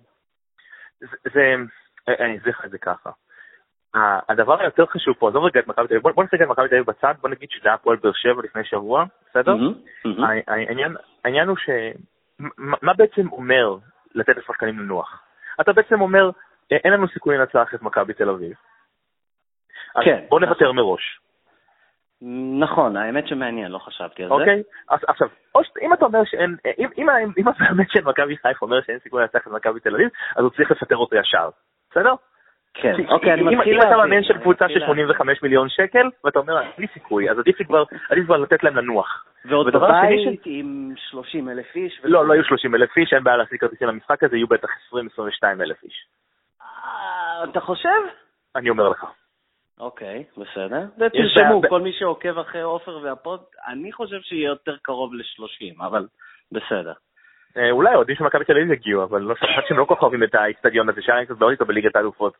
אני אזכיר לך את זה ככה. הדבר היותר חשוב פה, עזוב רגע את מכבי תל אביב, בוא נסתכל את מכבי תל אביב בצד, בוא נגיד שזה היה הפועל באר שבע לפני שבוע, בסדר? העניין הוא מה בעצם אומר לתת לשחקנים לנוח? אתה בעצם אומר, אין לנו סיכוי לנצח את מכבי תל אביב. כן. בוא נוותר מראש. נכון, האמת שמעניין, לא חשבתי על זה. אוקיי, עכשיו, אם אתה אומר שאין, אם המאמן של מכבי חיפה אומר שאין סיכוי לנצח את מכבי תל אביב, אז הוא צריך לפטר אותו ישר, בסדר? כן, אוקיי, אני מתחיל אם אתה מאמן של קבוצה של 85 מיליון שקל, ואתה אומר, אין לי סיכוי, אז עדיף כבר לתת להם לנוח. ועוד בבית עם 30,000 איש. לא יהיו 30,000 איש, אין בעיה להשיג כרטיסים למשחק הזה, יהיו בטח 20-22,000 איש. אתה חושב? אני אומר לך. אוקיי, בסדר. ותרשמו, כל מי שעוקב אחרי עופר והפוד, אני חושב שיהיה יותר קרוב ל-30, אבל בסדר. אולי עוד מישהו מכבי תל אביב יגיעו, אבל לא שחק שהם לא כל כך אוהבים את האצטדיון הזה, שהיה קצת מאוד איתו בליגת האלופות.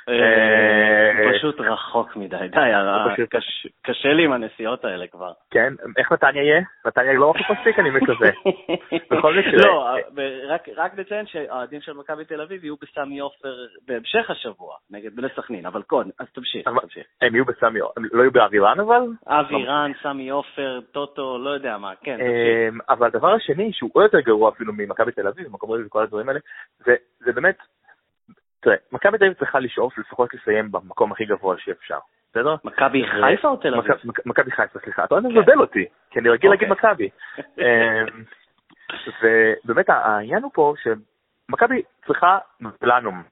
פשוט רחוק מדי, די, קשה לי עם הנסיעות האלה כבר. כן, איך נתניה יהיה? נתניה לא רחוק מספיק, אני מקווה. בכל מקרה. לא, רק לציין שהאוהדים של מכבי תל אביב יהיו בסמי עופר בהמשך השבוע, נגד בני סכנין, אבל קודם, אז תמשיך. הם יהיו בסמי עופר, הם לא יהיו באווירן אבל? אווירן, סמי עופר, טוטו, לא יודע מה, כן, תמשיך. אבל הדבר השני, שהוא עוד יותר גרוע אפילו ממכבי תל אביב, מקום רביעי וכל הדברים האלה, זה באמת, תראה, מכבי תל אביב צריכה לשאוף לפחות לסיים במקום הכי גבוה שאפשר, בסדר? מכבי חיפה או תל אביב? מכבי חיפה, סליחה. אתה לא מבלבל אותי, כי אני רגיל להגיד מכבי. ובאמת העניין הוא פה שמכבי צריכה פלנום.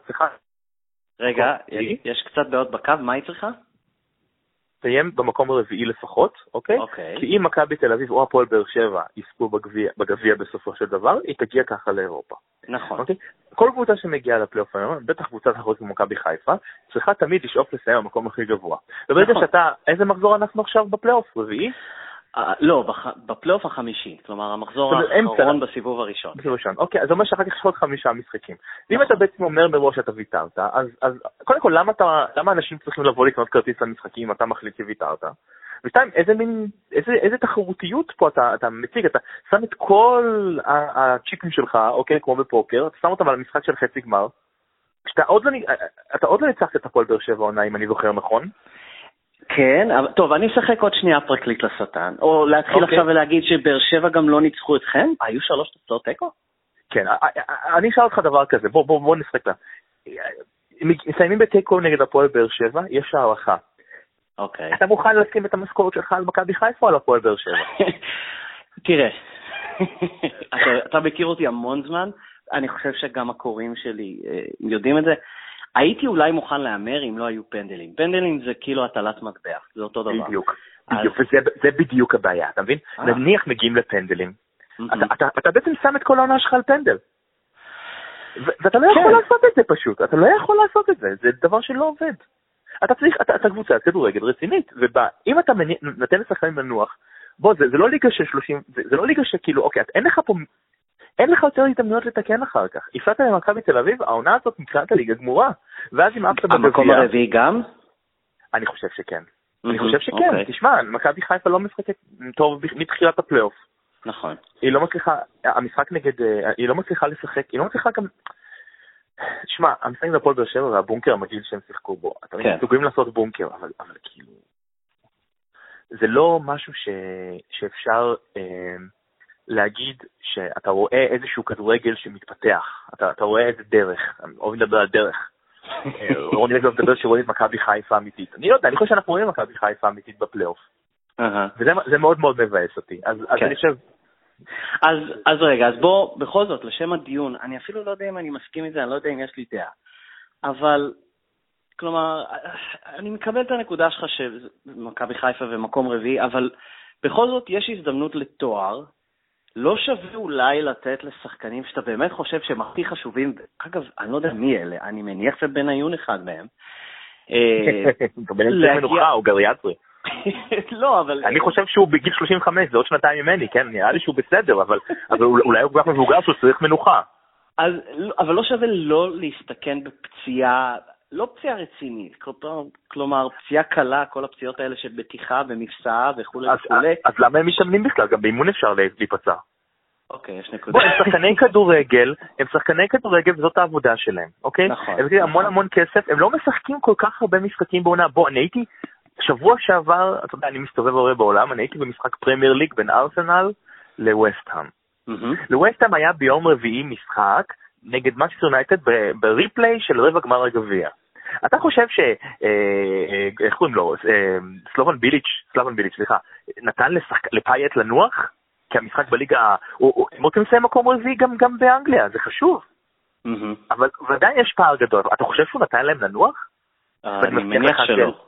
רגע, יש קצת בעיות בקו, מה היא צריכה? תסיים במקום הרביעי לפחות, אוקיי? כי אם מכבי תל אביב או הפועל באר שבע יזכו בגביע בסופו של דבר, היא תגיע ככה לאירופה. נכון. אוקיי? כל קבוצה שמגיעה לפלייאוף היום, בטח קבוצת אחרות כמו מכבי חיפה, צריכה תמיד לשאוף לסיים במקום הכי גבוה. וברגע שאתה, איזה מחזור אנחנו עכשיו בפלייאוף? רביעי? לא, בפלייאוף החמישי, כלומר המחזור האחרון בסיבוב הראשון. בסיבוב הראשון, אוקיי, אז זה אומר שאחר כך יש עוד 5 משחקים. ואם אתה בעצם אומר מראש שאתה ויתרת, אז קודם כל, למה אנשים צריכים לבוא לקנות כרטיס למשחקים אם אתה מחליט שוויתרת? ושתיים, איזה תחרותיות פה אתה מציג, אתה שם את כל הצ'יפים שלך, אוקיי, כמו בפוקר, אתה שם אותם על המשחק של חצי גמר, אתה עוד לא ניצחת את הפועל באר שבע עונה, אם אני זוכר נכון. כן, טוב, אני אשחק עוד שנייה פרקליט לשטן, או להתחיל עכשיו ולהגיד שבאר שבע גם לא ניצחו אתכם? היו 3 תוצאות תיקו? כן, אני אשאל אותך דבר כזה, בוא נשחק לה. מסיימים בתיקו נגד הפועל באר שבע, יש הערכה. אוקיי. אתה מוכן לשים את המשכורת שלך על מכבי חיפה או על הפועל באר שבע? תראה, אתה מכיר אותי המון זמן, אני חושב שגם הקוראים שלי יודעים את זה. הייתי אולי מוכן לאמר אם לא היו פנדלים. פנדלים זה כאילו הטלת מטבע, זה אותו דבר. בדיוק, וזה בדיוק הבעיה, אתה מבין? נניח מגיעים לפנדלים, אתה בעצם שם את כל העונה שלך על פנדל. ואתה לא יכול לעשות את זה פשוט, אתה לא יכול לעשות את זה, זה דבר שלא עובד. אתה קבוצה, כדורגל רצינית, ואם אתה נתן לשחקנים לנוח, בוא, זה לא ליגה של 30, זה לא ליגה שכאילו, אוקיי, אין לך יותר הזדמנויות לתקן אחר כך. הפסדת למכבי תל אביב, העונה הזאת מבחינת הליגה גמורה. ואז אם אהבת בגביע... המקום הרביעי גם? אני חושב שכן. אני חושב שכן. תשמע, מכבי חיפה לא משחקת טוב מתחילת הפלייאוף. נכון. היא לא מצליחה, המשחק נגד, היא לא מצליחה לשחק, היא לא מצליחה גם... תשמע, המשחק בפועל באר שבע והבונקר המגעיל שהם שיחקו בו. אתה מסוגלים לעשות בונקר, אבל כאילו... זה לא משהו שאפשר... להגיד שאתה רואה איזשהו כדורגל שמתפתח, אתה רואה איזה דרך, אני אוהב לדבר על דרך, רוני לוי מדבר שרואים את מכבי חיפה אמיתית, אני לא יודע, אני חושב שאנחנו רואים מכבי חיפה אמיתית בפלייאוף, וזה מאוד מאוד מבאס אותי, אז אני חושב... אז רגע, אז בוא, בכל זאת, לשם הדיון, אני אפילו לא יודע אם אני מסכים עם זה, אני לא יודע אם יש לי דעה, אבל, כלומר, אני מקבל את הנקודה שלך שמכבי חיפה ומקום רביעי, אבל בכל זאת יש הזדמנות לתואר, לא שווה אולי לתת לשחקנים שאתה באמת חושב שהם הכי חשובים, אגב, אני לא יודע מי אלה, אני מניח שבניון אחד מהם. בניון מנוחה, הוא גריאטרי. לא, אבל... אני חושב שהוא בגיל 35, זה עוד 2 ממני, כן? נראה לי שהוא בסדר, אבל אולי הוא כבר מבוגר שהוא צריך מנוחה. אבל לא שווה לא להסתכן בפציעה, לא פציעה רצינית, כלומר, פציעה קלה, כל הפציעות האלה של בטיחה ומפסעה וכו' וכו'. אז למה הם משתמנים בכלל? גם באימון אפשר להיפצע. אוקיי, יש נקודה. בוא, הם שחקני כדורגל וזאת העבודה שלהם, אוקיי? נכון. הם עושים המון כסף, הם לא משחקים כל כך הרבה משחקים בעונה. בוא, אני הייתי, שבוע שעבר, אתה יודע, אני מסתובב הרבה בעולם, אני הייתי במשחק פרמייר ליג בין ארסנל לווסט-האם. לווסט-האם היה ביום רביעי משחק נגד מנצ'סטר יונייטד בריפליי של רבע גמר הגביע. אתה חושב איך קוראים לו? סלובן ביליץ', סליחה, נתן לפייט לנוח? כי המשחק בליגה, הם רוצים לסיים מקום רביעי גם באנגליה, זה חשוב. אבל ודאי יש פער גדול. אתה חושב שהוא נתן להם לנוח? אני מניח שלא.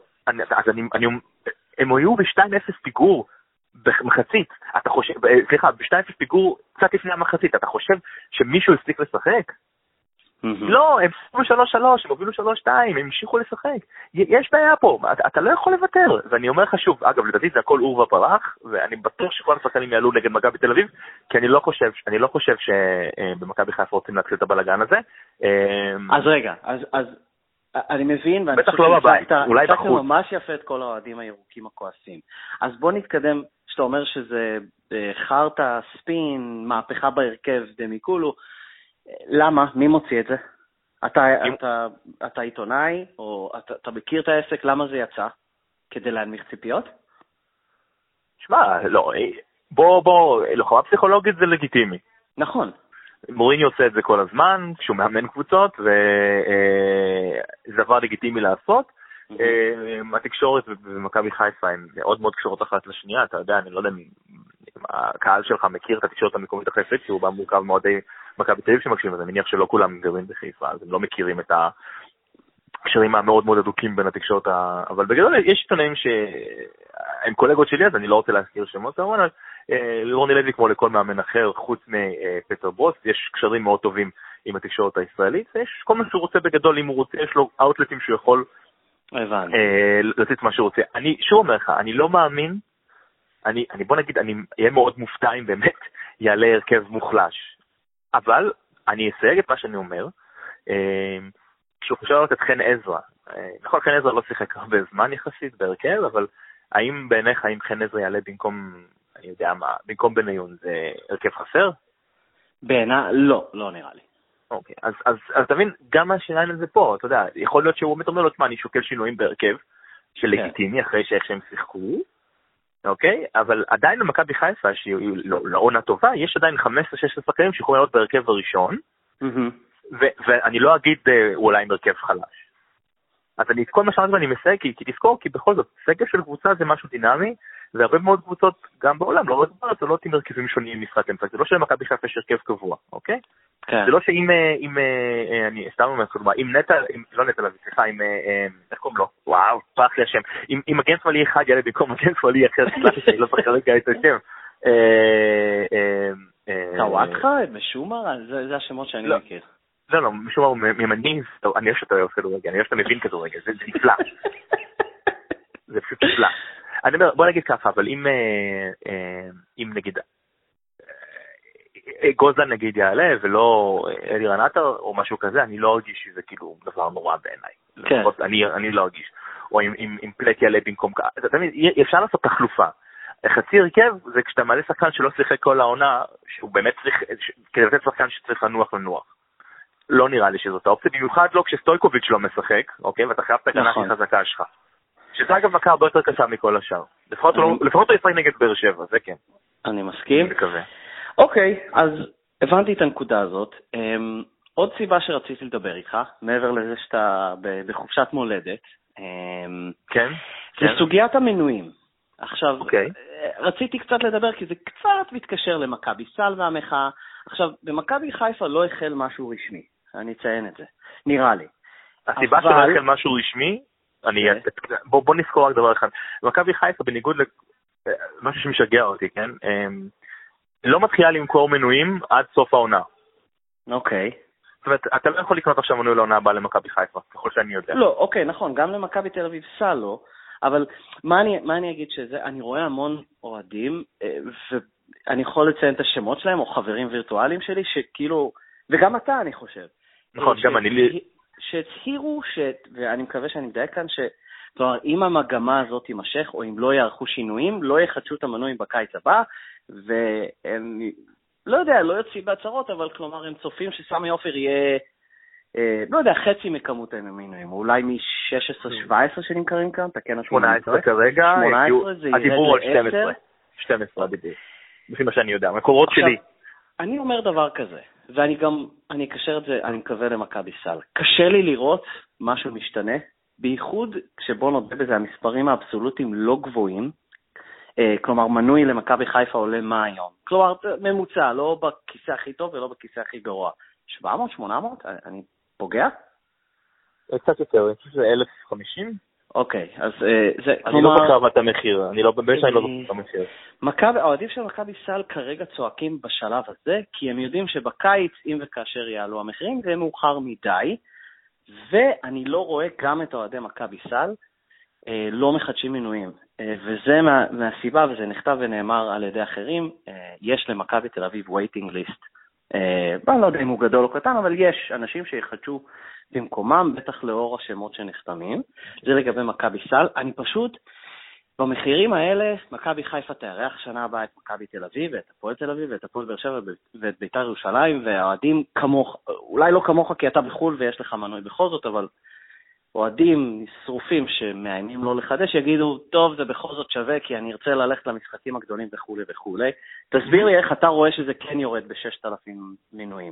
הם היו ב-2-0 פיגור במחצית. אתה חושב, סליחה, ב-2-0 פיגור קצת לפני המחצית. אתה חושב שמישהו הספיק לשחק? לא, הם סיימו 3-3, הם הובילו 3-2, הם המשיכו לשחק. יש בעיה פה, אתה לא יכול לוותר. ואני אומר לך שוב, אגב, לדעתי זה הכל עורבא פרח, ואני בטוח שכל השחקנים יעלו נגד מכבי תל אביב, כי אני לא חושב שבמכבי חיפה רוצים להתחיל את הבלגן הזה. אז רגע, אז אני מבין, ואני בטח לא בבית, אולי בחוץ. ממש יפה את כל האוהדים הירוקים הכועסים. אז בוא נתקדם, שאתה אומר שזה חרטה, ספין, מהפכה בהרכב, דמיקולו. למה? מי מוציא את זה? אתה עיתונאי, או אתה מכיר את העסק, למה זה יצא? כדי להנמיך ציפיות? שמע, לא, בוא, לחומה פסיכולוגית זה לגיטימי. נכון. מוריני עושה את זה כל הזמן, כשהוא מאמן קבוצות, וזה דבר לגיטימי לעשות. התקשורת במכבי חיפה הן מאוד מאוד קשורות אחת לשנייה, אתה יודע, אני לא יודע אם הקהל שלך מכיר את התקשורת המקומית החיפית, כי הוא בא מורכב מועדי מכבי תל אביב שמקשיבים, אז אני מניח שלא כולם גרים בחיפה, אז הם לא מכירים את הקשרים המאוד מאוד אדוקים בין התקשורת, אבל בגדול יש עיתונאים שהם קולגות שלי, אז אני לא רוצה להזכיר שמות, כמובן, רוני לוי כמו לכל מאמן אחר, חוץ מפטר ברוסט, יש קשרים מאוד טובים עם התקשורת הישראלית, יש כל מה שהוא רוצה בגדול, אם הוא רוצה, יש לו אאוטלטים שהוא יכול לתת מה שהוא רוצה. אני שוב אומר לך, אני לא מאמין, בוא נגיד, אני אהיה מאוד מופתע אם באמת יעלה הרכב מוחלש. אבל אני אסייג את מה שאני אומר, כשהוא חושב לראות את חן עזרא. נכון, חן עזרא לא שיחק הרבה זמן יחסית בהרכב, אבל האם בעיניך, האם חן עזרא יעלה במקום, אני יודע מה, במקום בניון, זה הרכב חסר? בעיניי, לא נראה לי. אוקיי, אז תבין, גם השאלה זה פה, אתה יודע, יכול להיות שהוא אומר לו, אני שוקל שינויים בהרכב, של לגיטימי, אחרי שאיך שהם שיחקו, אוקיי? אבל עדיין במכבי חיפה, שהיא לא עונה טובה, יש עדיין 15-16 שחקנים שיכולים להיות בהרכב הראשון, ואני לא אגיד אולי עם הרכב חלש. אז כל מה שאמרתי אני מסייג, כי תזכור, כי בכל זאת, סגל של קבוצה זה משהו דינמי, והרבה מאוד קבוצות גם בעולם, לא רק בארץ, לא עם הרכבים שונים משחק אמצע, זה לא שלמכבי חיפה יש הרכב קבוע, אוקיי? זה לא שאם, אני סתם אומר, אם לא נטע לוי, סליחה, איך קוראים לו? וואו, פרח לי השם. אם מגן שמאלי אחד יעלה במקום מגן שמאלי אחר, סליחה, לא צריך לרגע את השם. טוואטחה, משומר, זה השמות שאני מכיר. לא, משומר הוא ממני, אני אוהב שאתה אוהב כדורגל, אני אוהב שאתה מבין כדורגל, זה נפלא. זה פשוט נפלא. אני אומר, בוא נגיד ככה, אבל אם נגיד, גוזלן נגיד יעלה, ולא אלירן עטר או משהו כזה, אני לא ארגיש שזה כאילו דבר נורא בעיניי. אני לא ארגיש. או אם פלט יעלה במקום ככה. אתה תמיד, אפשר לעשות תחלופה. חצי הרכב זה כשאתה מעלה שחקן שלא שיחק כל העונה, שהוא באמת צריך, כדי שחקן שצריך לנוח. לא נראה לי שזאת האופציה, במיוחד לא כשסטויקוביץ' לא משחק, אוקיי? ואתה חייב את הגנה הכי חזקה שלך. שזה אגב מכה הרבה יותר קשה מכל השאר. לפחות הוא יפרק נגד באר שבע, זה כן. אני מסכים. אוקיי, אז הבנתי את הנקודה הזאת. עוד סיבה שרציתי לדבר איתך, מעבר לזה שאתה בחופשת מולדת, זה סוגיית המנויים. עכשיו, רציתי קצת לדבר, כי זה קצת מתקשר למכבי סל והמחאה. עכשיו, במכבי חיפה לא החל משהו רשמי, אני אציין את זה, נראה לי. הסיבה שלא החל משהו רשמי, בוא נזכור רק דבר אחד. במכבי חיפה, בניגוד למשהו שמשגע אותי, כן? לא מתחילה למכור מנויים עד סוף העונה. אוקיי. זאת אומרת, אתה לא יכול לקנות עכשיו מנוי לעונה הבאה למכבי חיפה, ככל שאני יודע. לא, אוקיי, נכון, גם למכבי תל אביב סל לא, אבל מה אני אגיד שזה, אני רואה המון אוהדים, ואני יכול לציין את השמות שלהם, או חברים וירטואליים שלי, שכאילו, וגם אתה, אני חושב. נכון, גם אני. שהצהירו, ואני מקווה שאני מדייק כאן, כלומר, אם המגמה הזאת תימשך, או אם לא יערכו שינויים, לא יחדשו את המנויים בקיץ הבא, והם, לא יודע, לא יוצאים בהצהרות, אבל כלומר, הם צופים שסמי עופר יהיה, לא יודע, חצי מכמות המנויים, אולי מ-16-17 שנמכרים כאן, תקן 18 כרגע, 18 זה הדיבור על 12 בדיוק, לפי מה שאני יודע, מקורות שלי. אני אומר דבר כזה, אני אקשר את זה, אני מקווה למכבי סל. קשה לי לראות משהו משתנה, בייחוד כשבוא נודה בזה, המספרים האבסולוטיים לא גבוהים, כלומר, מנוי למכבי חיפה עולה מה היום? כלומר, ממוצע, לא בכיסא הכי טוב ולא בכיסא הכי גרוע. 700, 800? אני פוגע? קצת יותר, אני חושב שזה 1,050. אוקיי, אז זה... אני לא בקרב את המחיר, אני לא בקרב את המחיר. האוהדים של מכבי סל כרגע צועקים בשלב הזה, כי הם יודעים שבקיץ, אם וכאשר יעלו המחירים, זה מאוחר מדי, ואני לא רואה גם את אוהדי מכבי סל, לא מחדשים מינויים. וזה מהסיבה, וזה נכתב ונאמר על ידי אחרים, יש למכבי תל אביב waiting list. אני לא יודע אם הוא גדול או קטן, אבל יש אנשים שיחדשו במקומם, בטח לאור השמות שנחתמים. זה לגבי מכבי סל. אני פשוט, במחירים האלה, מכבי חיפה תארח שנה הבאה את מכבי תל אביב, ואת הפועל תל אביב, ואת הפועל באר שבע, ואת בית"ר ירושלים, והאוהדים כמוך, אולי לא כמוך כי אתה בחול ויש לך מנוי בכל זאת, אבל אוהדים שרופים שמאיימים לא לחדש, יגידו, טוב, זה בכל זאת שווה, כי אני ארצה ללכת למשחקים הגדולים וכו' וכו'. תסביר לי איך אתה רואה שזה כן יורד ב-6,000 מינויים.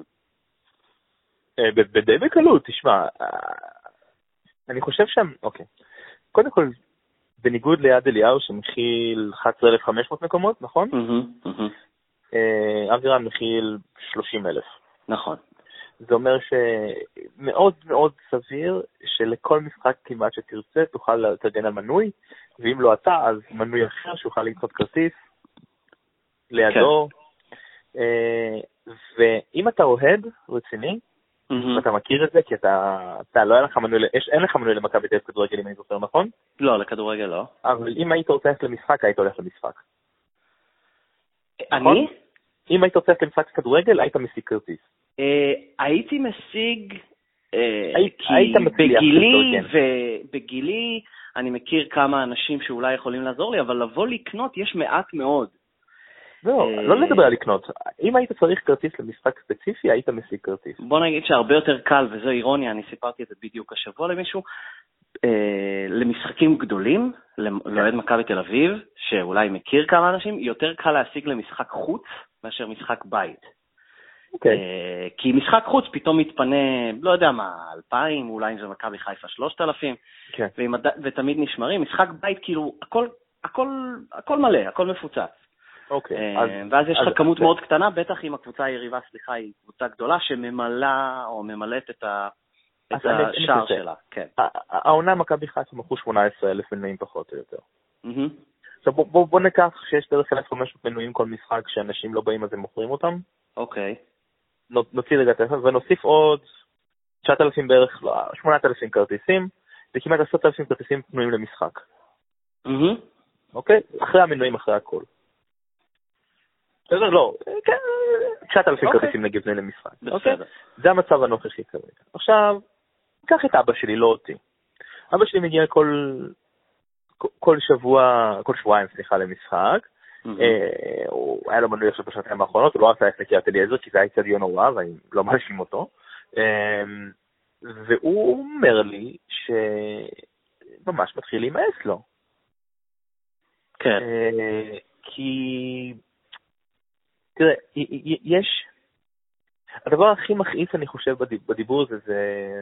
בדי בקלות, תשמע, אני חושב שם, אוקיי, קודם כל, בניגוד ליד אליהו שמכיל 11,500 מקומות, נכון? אבירם מכיל 30,000. נכון. זה אומר שמאוד מאוד סביר שלכל משחק כמעט שתרצה תוכל לתרגן על מנוי, ואם לא אתה, אז מנוי אחר שיוכל לדחות כרטיס לידו. כן. ואם אתה אוהד רציני, ואתה מכיר את זה, כי אתה לא היה לך מנוי, אין לך מנוי למכבי תל אביב כדורגל, אם אני זוכר, נכון? לא, לכדורגל לא. אבל אם היית רוצה ללכת למשחק, היית הולך למשחק. אני? אם היית רוצה ללכת למשחק כדורגל, היית משיג כרטיס. הייתי משיג, היית מצליח בגילי אני מכיר כמה אנשים שאולי יכולים לעזור לי, אבל לבוא לקנות יש מעט מאוד. לא לדבר על לקנות. אם היית צריך כרטיס למשחק ספציפי, היית משיג כרטיס. בוא נגיד שהרבה יותר קל, וזו אירוניה, אני סיפרתי את זה בדיוק השבוע למישהו, למשחקים גדולים, לאוהד מכבי תל אביב, שאולי מכיר כמה אנשים, יותר קל להשיג למשחק חוץ מאשר משחק בית. כי משחק חוץ פתאום מתפנה, לא יודע מה, 2,000, אולי אם זה מכבי חיפה 3,000, ותמיד נשמרים. משחק בית כאילו, הכל מלא, הכל מפוצץ. ואז יש לך כמות מאוד קטנה, בטח אם הקבוצה היריבה, סליחה, היא קבוצה גדולה שממלאה או ממלאת את השער שלה. העונה מכבי חיפה מכרו 18,000 מנויים פחות או יותר. עכשיו בוא ניקח שיש דרך 1,500 מנויים כל משחק שאנשים לא באים אז הם מוכרים אותם. אוקיי. נוציא רגע תכף ונוסיף עוד 9,000 בערך, 8,000 כרטיסים, וכמעט 10,000 כרטיסים פנויים למשחק. אוקיי? אחרי המנויים, אחרי הכל. לא, 9,000 כרטיסים נגיד פנויים למשחק. זה המצב הנוכחי כרגע. עכשיו, קח את אבא שלי, לא אותי. אבא שלי מגיע כל שבועיים, למשחק. הוא היה לו מנוי עכשיו בשנתיים האחרונות, הוא לא עשה את לקריית אליעזר, כי זה היה צדיון נורא, ואני לא מאשים אותו. והוא אומר לי שממש מתחיל להימאס לו. כן. כי, תראה, יש, הדבר הכי מכעיס אני חושב בדיבור הזה, זה,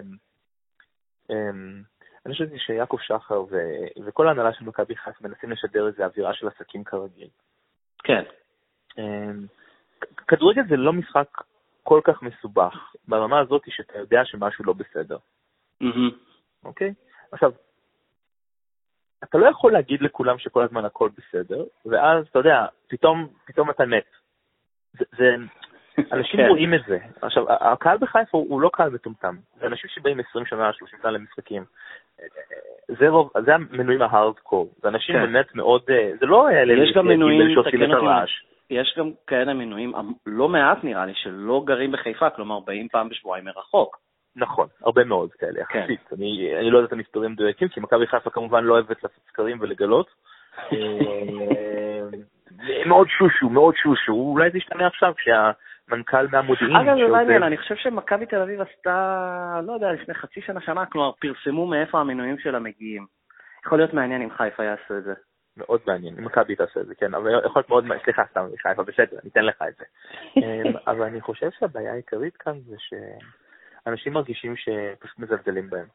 אני חושב שיעקב שחר וכל ההנהלה של מכבי חיפה מנסים לשדר איזו אווירה של עסקים כרגיל. כן. כדורגל זה לא משחק כל כך מסובך, ברמה הזאת שאתה יודע שמשהו לא בסדר. אוקיי? עכשיו, אתה לא יכול להגיד לכולם שכל הזמן הכל בסדר, ואז, אתה יודע, פתאום אתה מת. אנשים רואים את זה. עכשיו, הקהל בחיפה הוא לא קהל מטומטם. זה אנשים שבאים 20 שנה, 30 שנה למשחקים. זה המנויים ההארדקור. זה אנשים באמת מאוד, זה לא יש גם מנויים, יש גם כאלה מנויים, לא מעט נראה לי, שלא גרים בחיפה, כלומר באים פעם בשבועיים מרחוק. נכון, הרבה מאוד כאלה, יחסית. אני לא יודע את המספרים מדויקים, כי מכבי חיפה כמובן לא אוהבת לעשות סקרים ולגלות. מאוד שושו, אולי זה ישתנה עכשיו כשהמנכ"ל מהמודיעין. אגב, זה מעניין, אני חושב שמכבי תל אביב עשתה, לא יודע, לפני חצי שנה, כלומר פרסמו מאיפה המנויים שלה מגיעים. יכול להיות מעניין אם חיפה יעשו את זה. מאוד מעניין, אם מכבי תעשה את זה, כן, אבל יכול להיות מאוד, סליחה, סתם, חיפה, בסדר, אני אתן לך את זה. אבל אני חושב שהבעיה העיקרית כאן זה שאנשים מרגישים שפשוט מזלזלים בהם.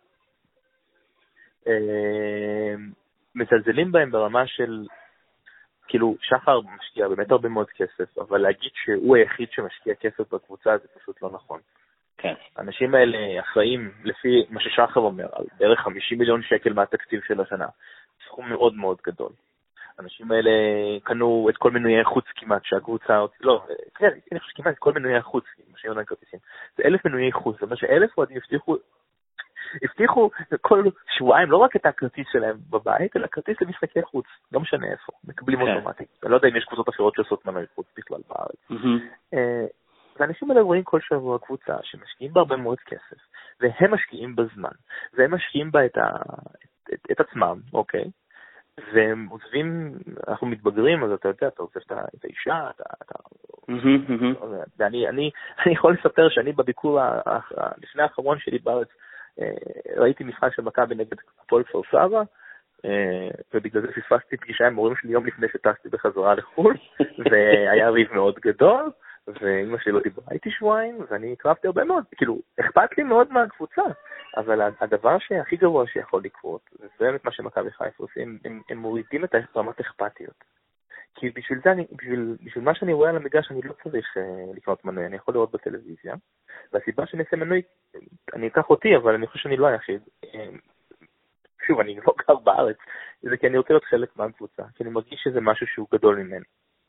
מזלזלים בהם ברמה של, כאילו, שחר משקיע באמת הרבה מאוד כסף, אבל להגיד שהוא היחיד שמשקיע כסף בקבוצה זה פשוט לא נכון. כן. האנשים האלה אחראים, לפי מה ששחר אומר, על בערך 50 מיליון שקל מהתקציב של השנה. סכום מאוד מאוד גדול. האנשים האלה קנו את כל מנויי חוץ כמעט, שהקבוצה, לא, כן, אני חושב כמעט את כל מנויי חוץ, מה שיונן כרטיסים. זה 1,000 מנויי חוץ, זאת אומרת ש1,000 אוהדים הבטיחו כל שבועיים לא רק את הכרטיס שלהם בבית, אלא כרטיס למשחקי חוץ, לא משנה איפה, מקבלים אוטומטית. אני לא יודע אם יש קבוצות אחרות שעושות מנוי חוץ בכלל בארץ. ואנשים האלה רואים כל שבוע קבוצה שמשקיעים בה הרבה מאוד כסף, והם משקיעים בזמן, והם משקיעים בה את עצמם, אוקיי? והם עוזבים, אנחנו מתבגרים, אז אתה יודע, אתה עוזב את האישה, ואני יכול לספר שאני בביקור לפני האחרון שלי בארץ, ראיתי משחק של מכבי נגד הפועל כפר סבא, ובגלל זה פספסתי פגישה עם הורים שלי יום לפני שטסתי בחזרה לחו"ל, והיה ריב מאוד גדול, ואמא שלי לא דיברה איתי שבועיים, ואני הקרבתי הרבה מאוד, כאילו, אכפת לי מאוד מהקבוצה, אבל הדבר שהכי גרוע שיכול לקרות, זה באמת מה שמכבי חיפה עושים, הם מורידים את רמת אכפתיות. כי בשביל זה, בשביל מה שאני רואה על המגרש, אני לא צריך לקנות מנוי, אני יכול לראות בטלוויזיה, והסיבה שאני אעשה מנוי, אני אקח אותי, אבל אני חושב שאני לא היחיד. שוב, אני לא גר בארץ, זה כי אני רוצה להיות חלק מהקבוצה, כי אני מרגיש שזה משהו שהוא גדול ממני.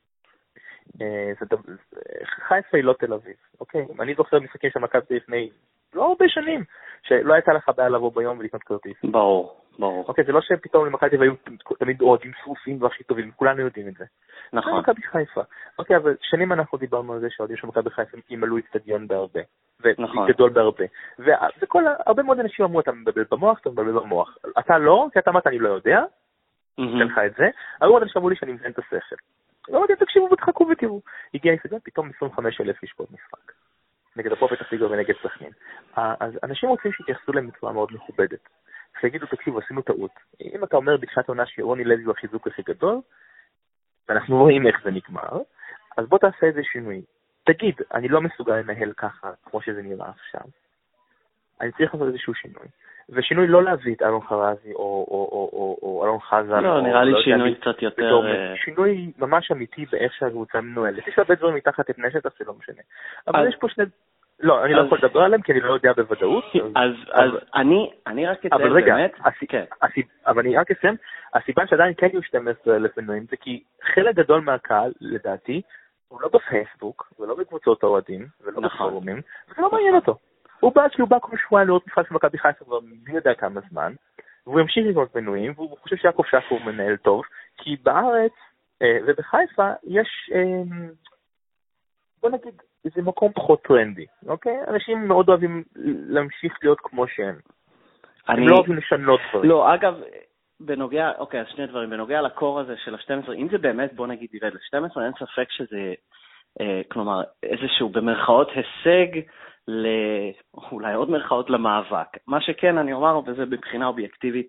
חיפה היא לא תל אביב, אוקיי? אני זוכר משחקים של מכבי לפני לא הרבה שנים, שלא הייתה לך בעיה לבוא ביום ולקנות כרטיס. ברור. אוקיי, זה לא שפתאום למכבי היו תמיד אוהדים שרופים והכי טובים, כולנו יודעים את זה. נכון. מכבי חיפה. אוקיי, אבל שנים אנחנו דיברנו על זה שהאוהדים של מכבי חיפה ימלאו אצטדיון בהרבה. נכון. וגדול בהרבה. הרבה מאוד אנשים אמרו, אתה מבלבל במוח, אתה לא, כי אתה אמרת, אני לא יודע, אתן לך את זה. הרבה מאוד אנשים אמרו לי שאני מזיין את השכל. לא יודע, תקשיבו ותחכו ותראו. הגיע הישגה, פתאום 25,000 לשפוט משחק. נגד הפועל פתח תקווה ונגד סכנין. אז אנשים רוצים שיתייחסו להם בצורה מאוד מכובדת. שיגידו, תקשיבו, עשינו טעות. אם אתה אומר בתחילת העונה שרוני לוי הוא החיזוק הכי גדול, ואנחנו רואים איך זה נגמר, אז בוא תעשה איזה שינוי. תגיד, אני לא מסוגל לנהל ככה, כמו שזה נראה עכשיו. אני צריך לעשות איזשהו שינוי. ושינוי לא להביא את אלון חרזי או אלון חזן. לא, נראה לי שינוי קצת יותר... שינוי ממש אמיתי באיך שהקבוצה מנוהלת. יש הרבה דברים מתחת את נשת, אז זה לא משנה. אבל יש פה שני... לא, אני לא יכול לדבר עליהם, כי אני לא יודע בוודאות. אז אני רק אציין באמת... אבל אני רק אציין, הסיבה שעדיין כן יהיו 12,000 מנויים, זה כי חלק גדול מהקהל, לדעתי, הוא לא בפייסבוק, ולא בקבוצות האוהדים, ולא בפורומים, וזה לא מעניין אותו. הוא בא כי הוא בא כל שבועיים לראות משחק של מכבי חיפה כבר מי יודע כמה זמן, והוא ימשיך לקנות מנויים, והוא חושב שיעקב שחר הוא מנהל טוב, כי בארץ ובחיפה יש, בוא נגיד, זה מקום פחות טרנדי, אוקיי? אנשים מאוד אוהבים להמשיך להיות כמו שהם. הם לא אוהבים לשנות דברים. לא, אגב, בנוגע, אוקיי, אז שני דברים, בנוגע לקור הזה של ה-12, אם זה באמת, בוא נגיד, ירד ל-12, אין ספק שזה, כלומר, איזשהו במרכאות הישג, אולי עוד מרכאות למאבק. מה שכן, אני אומר, וזה בבחינה אובייקטיבית,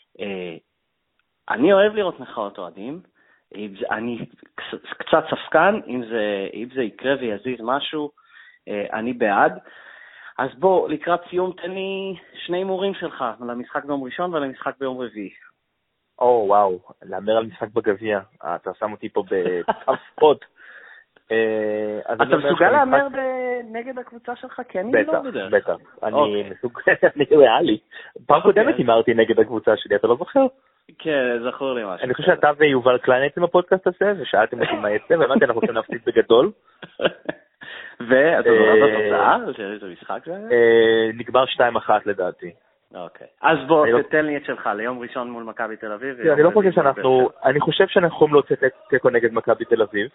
אני אוהב לראות מחאות אוהדים, אני קצת ספקן, אם זה יקרה ויזיז משהו, אני בעד. אז בוא, לקראת סיום, תן לי שני הימורים שלך, למשחק ביום ראשון ולמשחק ביום רביעי. וואו, לאמר על משחק בגביע, אתה שם אותי פה בצפות. אתה מסוגל לאמר נגד הקבוצה שלך? כי אני לא בדרך. בטח, אני מסוגל, אני ריאלי. פעם קודמת אמרתי נגד הקבוצה שלי, אתה לא זוכר? כן, זכור לי משהו. אני חושב שאתה ויובל קליין הייתם בפודקאסט הזה, ושאלתם אותי מה יצא, ואמרתי, אנחנו רוצים להפסיד בגדול. ואתה זוכר את התוצאה? זה משחק זה? נגמר 2-1 לדעתי. אוקיי. אז בוא, תתן לי את שלך, ליום ראשון מול מכבי תל אביב. אני לא חושב שאנחנו, אני חושב שאנחנו יכולים להוציא תיקו נגד מכבי תל אביב.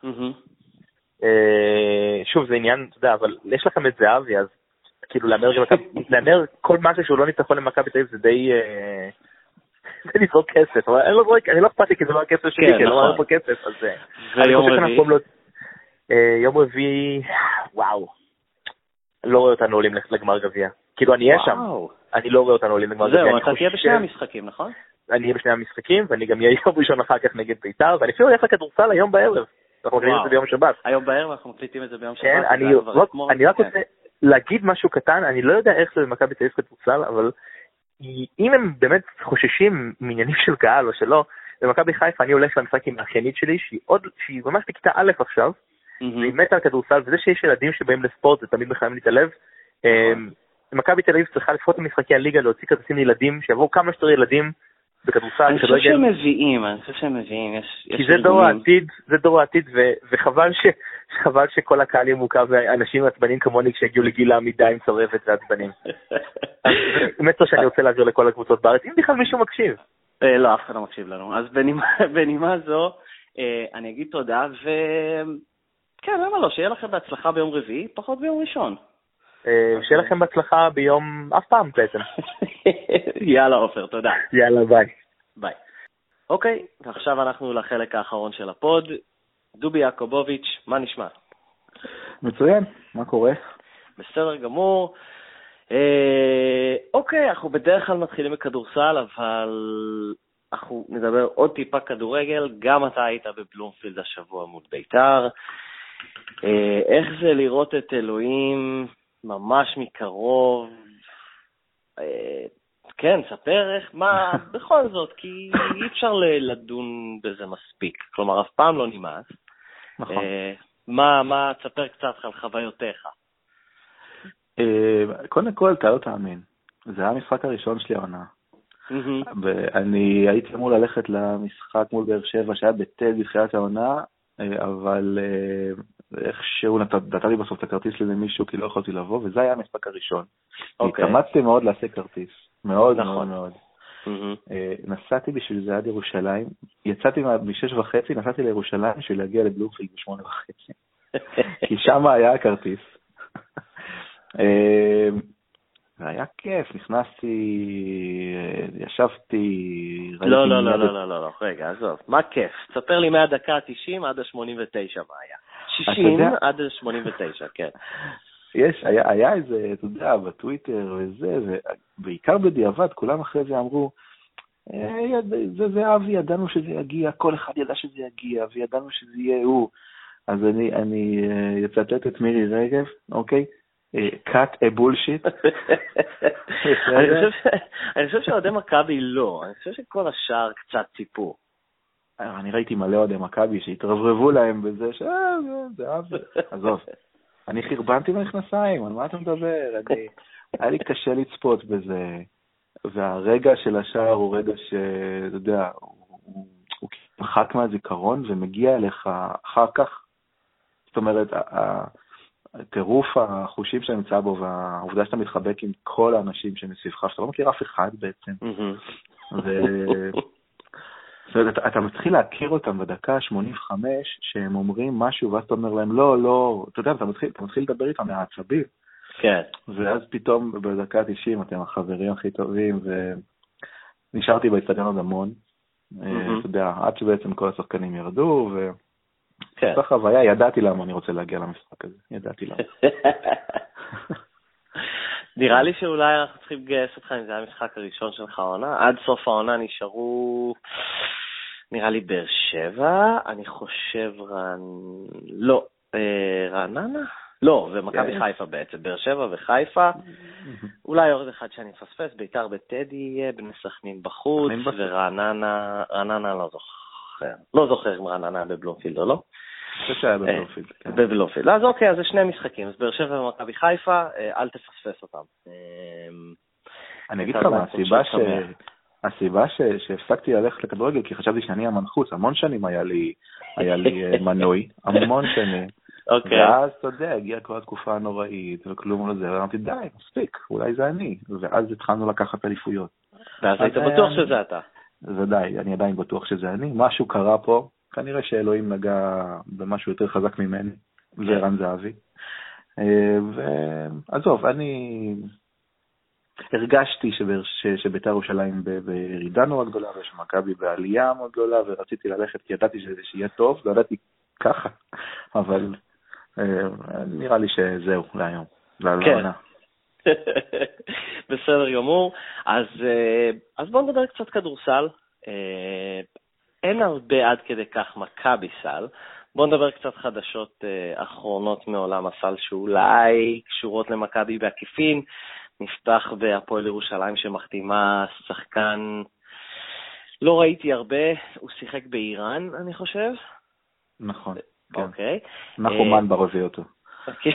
שוב, זה עניין, אתה יודע, אבל יש לכם את זהבי, אז כאילו לאמר כל משהו שהוא לא ניצחון למכבי תל אביב, זה די... זה לזרוק כסף, אבל אני לא אכפת לי כי זה לא הכסף שלי, כי אני לא רואה פה כסף, אז ויום רביעי? יום רביעי, וואו, לא רואה אותנו עולים לגמר גביע. כאילו אני אהיה שם, אני לא רואה אותנו עולים לגמר גביע. זהו, אתה תהיה בשני המשחקים, נכון? אני אהיה בשני המשחקים, ואני גם אהיה יום ראשון אחר כך נגד בית"ר, ואני אפילו הולך לכדורסל היום בערב. אנחנו מקליטים את זה ביום שבת. היום בערב אנחנו מקליטים את זה ביום שבת. כן, אני רק רוצה להגיד משהו קטן, אני לא יודע איך זה במכבי תל אביב כדורסל, אבל אם הם באמת חוששים מעניינים של קהל או שלא, במכבי חיפה אני הולך למשחק עם האחיינית שלי, שהיא ממש בכיתה א' עכשיו, והיא מתה על כדורסל, וזה שיש ילדים שבאים לספורט, זה תמיד מחיים לי את הלב. מכבי תל אביב צריכה לפחות במשחקי הליגה להוציא כרטיסים לילדים, שיבואו כמה שיותר ילדים בכדורסל. אני חושב שהם מביאים, כי זה דור העתיד, וחבל שכל הקהל יהיה מורכב, ואנשים עצבנים כמוני כשהגיעו לגיל העמידה עם צורבת ועצבנים. מסר שאני רוצה להעביר לכל הקבוצות בארץ, אם בכלל מישהו מקשיב. לא, אף אחד לא מקשיב לנו. אז בנימה זו, אני אגיד תודה, וכן, למה לא, שיהיה לכם בהצלחה ביום רביעי, פחות ביום ראשון. שיהיה לכם בהצלחה ביום אף פעם בעצם. יאללה עופר, תודה. יאללה, ביי. ביי. אוקיי, ועכשיו אנחנו לחלק האחרון של הפוד. דובי יעקובוביץ', מה נשמע? מצוין, מה קורה? בסדר גמור. אוקיי, אנחנו בדרך כלל מתחילים בכדורסל, אבל אנחנו נדבר עוד טיפה כדורגל. גם אתה היית בבלומפילד השבוע מול בית"ר. איך זה לראות את אלוהים ממש מקרוב? כן, ספר איך, מה בכל זאת, כי אי אפשר לדון בזה מספיק. כלומר, אף פעם לא נמאס. נכון. מה, תספר קצת על חוויותיך. קודם כל, אתה לא תאמין. זה היה המשחק הראשון שלי העונה. אני הייתי אמור ללכת למשחק מול באר שבע שהיה בטד בתחילת העונה, אבל איכשהו נתתי בסוף את הכרטיס למישהו כי לא יכולתי לבוא, וזה היה המשחק הראשון. התאמצתי מאוד לעשות כרטיס. מאוד מאוד מאוד. נסעתי בשביל זה עד ירושלים, יצאתי מ-6:30, נסעתי לירושלים בשביל להגיע לבלומפילד ב-8:30. כי שם היה הכרטיס. היה כיף, נכנסתי, ישבתי, לא, רגע, עזוב, מה כיף? תספר לי מהדקה ה-90 עד ה-89 מה היה. 60 עד ה-89, כן. היה איזה, אתה יודע, בטוויטר וזה, ובעיקר בדיעבד, כולם אחרי זה אמרו, זה אבי, ידענו שזה יגיע, כל אחד ידע שזה יגיע, וידענו שזה יהיה הוא. אז אני יצטט את מירי רגב, אוקיי? cut a bullshit. אני חושב שאוהדי מכבי לא, אני חושב שכל השאר קצת ציפו. אני ראיתי מלא אוהדי מכבי שהתרברבו להם בזה זה אבי. עזוב, אני חרבנתי במכנסיים, על מה אתה מדבר? היה לי קשה לצפות בזה, והרגע של השאר הוא רגע שאתה יודע, הוא מחק מהזיכרון ומגיע אליך אחר כך. זאת אומרת, הטירוף החושים שאתה נמצא בו, והעובדה שאתה מתחבק עם כל האנשים שמסביבך, שאתה לא מכיר אף אחד בעצם. אתה מתחיל להכיר אותם בדקה 85, שהם אומרים משהו, ואז אתה אומר להם, לא, אתה יודע, אתה מתחיל לדבר איתם מהעצבים. כן. ואז פתאום בדקה 90 אתם החברים הכי טובים, ונשארתי באצטדיון עוד המון. אתה יודע, עד שבעצם כל השחקנים ירדו, זו חוויה, ידעתי למה אני רוצה להגיע למשחק הזה, ידעתי למה. נראה לי שאולי אנחנו צריכים לגייס אותך אם זה היה המשחק הראשון שלך העונה. עד סוף העונה נשארו, נראה לי באר שבע, אני חושב רעננה? לא, זה מכבי חיפה בעצם, באר שבע וחיפה. אולי עוד אחד שאני מפספס, בית"ר בטדי יהיה, בני סכנין בחוץ, ורעננה לא זוכר אם רעננה בבלומפילד או לא. זה שהיה בבלומפילד. בבלומפילד. אז אוקיי, אז זה שני משחקים. אז באר שבע ומכבי חיפה, אל תפספס אותם. אני אגיד לך מה, הסיבה שהפסקתי ללכת לכדורגל, כי חשבתי שאני המנחוס, המון שנים היה לי מנוי, המון שנים. ואז, אתה יודע, הגיעה כל התקופה הנוראית, וכלום לזה, ואמרתי, די, מספיק, אולי זה אני. ואז התחלנו לקחת אליפויות. ואז היית בטוח שזה אתה. ודאי, אני עדיין בטוח שזה אני. משהו קרה פה, כנראה שאלוהים נגע במשהו יותר חזק ממני, זה רן זהבי. ועזוב, אני הרגשתי שבית"ר ירושלים בירידה נורא גדולה, ושמכבי בעלייה מאוד גדולה, ורציתי ללכת כי ידעתי שיהיה טוב, לא ידעתי ככה, אבל נראה לי שזהו להיום, לעונה. בסדר גמור. אז בואו נדבר קצת כדורסל. אין הרבה עד כדי כך מכבי סל. בואו נדבר קצת חדשות אחרונות מעולם הסל שאולי קשורות למכבי בעקיפין. נפתח בהפועל ירושלים שמחתימה שחקן, לא ראיתי הרבה, הוא שיחק באיראן, אני חושב. נכון. אוקיי. נחומן ברביעי אותו. אוקיי.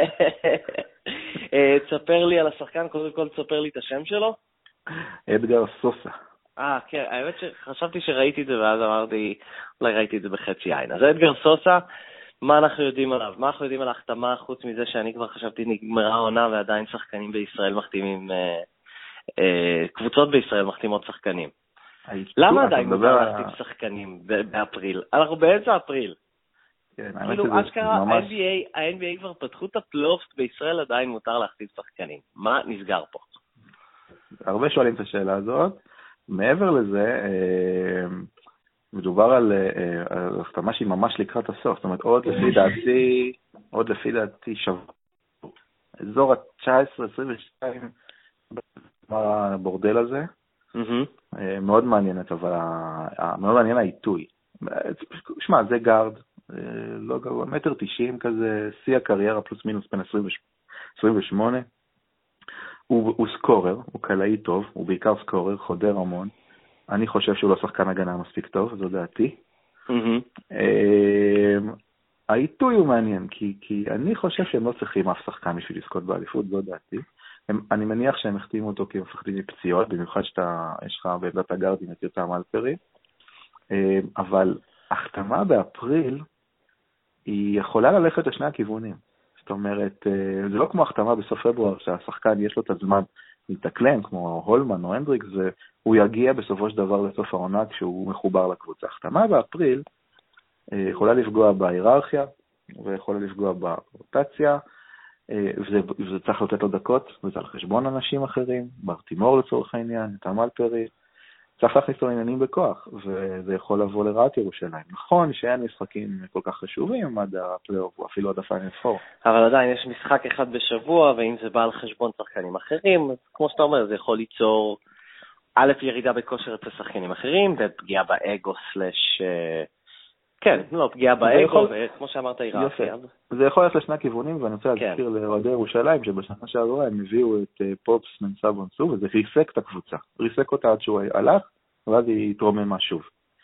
תספר לי על השחקן, קודם כל תספר לי את השם שלו. אדגר סוסה. כן, האמת שחשבתי שראיתי את זה, ואז אמרתי, אולי ראיתי את זה בחצי עין. אז אדגר סוסה, מה אנחנו יודעים עליו? מה אנחנו יודעים על ההחתמה, חוץ מזה שאני כבר חשבתי נגמרה העונה, ועדיין שחקנים בישראל מחתימים, קבוצות בישראל מחתימות שחקנים. למה עדיין מותר להחתים שחקנים באפריל? אנחנו באמצע אפריל. כאילו, אשכרה, ה-NBA כבר פתחו את הפלייאופס בישראל, עדיין מותר להחתים שחקנים. מה נסגר פה? הרבה שואלים את השאלה הזאת. מעבר לזה, מדובר על החתמה שהיא ממש לקראת הסוף. זאת אומרת, עוד לפי דעתי שבוע. אזור ה-19, 22, הבורדל הזה. מאוד מעניינת, אבל מאוד מעניין העיתוי. שמע, זה גארד, לא גארד, 1.90 כזה, שיא הקריירה פלוס מינוס בין 28. הוא סקורר, הוא קלעי טוב, הוא בעיקר סקורר, חודר המון. אני חושב שהוא לא שחקן הגנה מספיק טוב, זו דעתי. העיתוי הוא מעניין, כי אני חושב שהם לא צריכים אף שחקן בשביל לזכות באליפות, זו דעתי. אני מניח שהם החתימו אותו כי הם מפחדים מפציעות, במיוחד שיש לך בעמדת הגארדים את יותם אלפרי. אבל החתמה באפריל היא יכולה ללכת לשני הכיוונים. זאת אומרת, זה לא כמו החתמה בסוף פברואר, שהשחקן יש לו את הזמן להתאקלם, כמו הולמן או הנדריק, הוא יגיע בסופו של דבר לסוף העונה כשהוא מחובר לקבוצה. החתמה באפריל יכולה לפגוע בהיררכיה, ויכולה לפגוע ברוטציה, וזה צריך לתת לו דקות, וזה על חשבון אנשים אחרים, ברטימור לצורך העניין, יותם אלפרי, צריך להכניס לו עניינים בכוח, וזה יכול לבוא לרעת ירושלים. נכון שאין משחקים כל כך חשובים עד הפלייאוף, או אפילו עד הפיינל פור. אבל עדיין יש משחק אחד בשבוע, ואם זה בא על חשבון שחקנים אחרים, כמו שאתה אומר, זה יכול ליצור א' ירידה בכושר אצל שחקנים אחרים, ופגיעה באגו סלש... כן, לא, פגיעה באגו, וכמו שאמרת, היררכיה. זה יכול ללכת לשני הכיוונים, ואני רוצה להזכיר לאוהדי ירושלים, שבשנה שעברה הם הביאו את פופס מנסבונסו, וזה ריסק את הקבוצה. ריסק אותה עד שהוא הלך, ואז היא התרוממה שוב.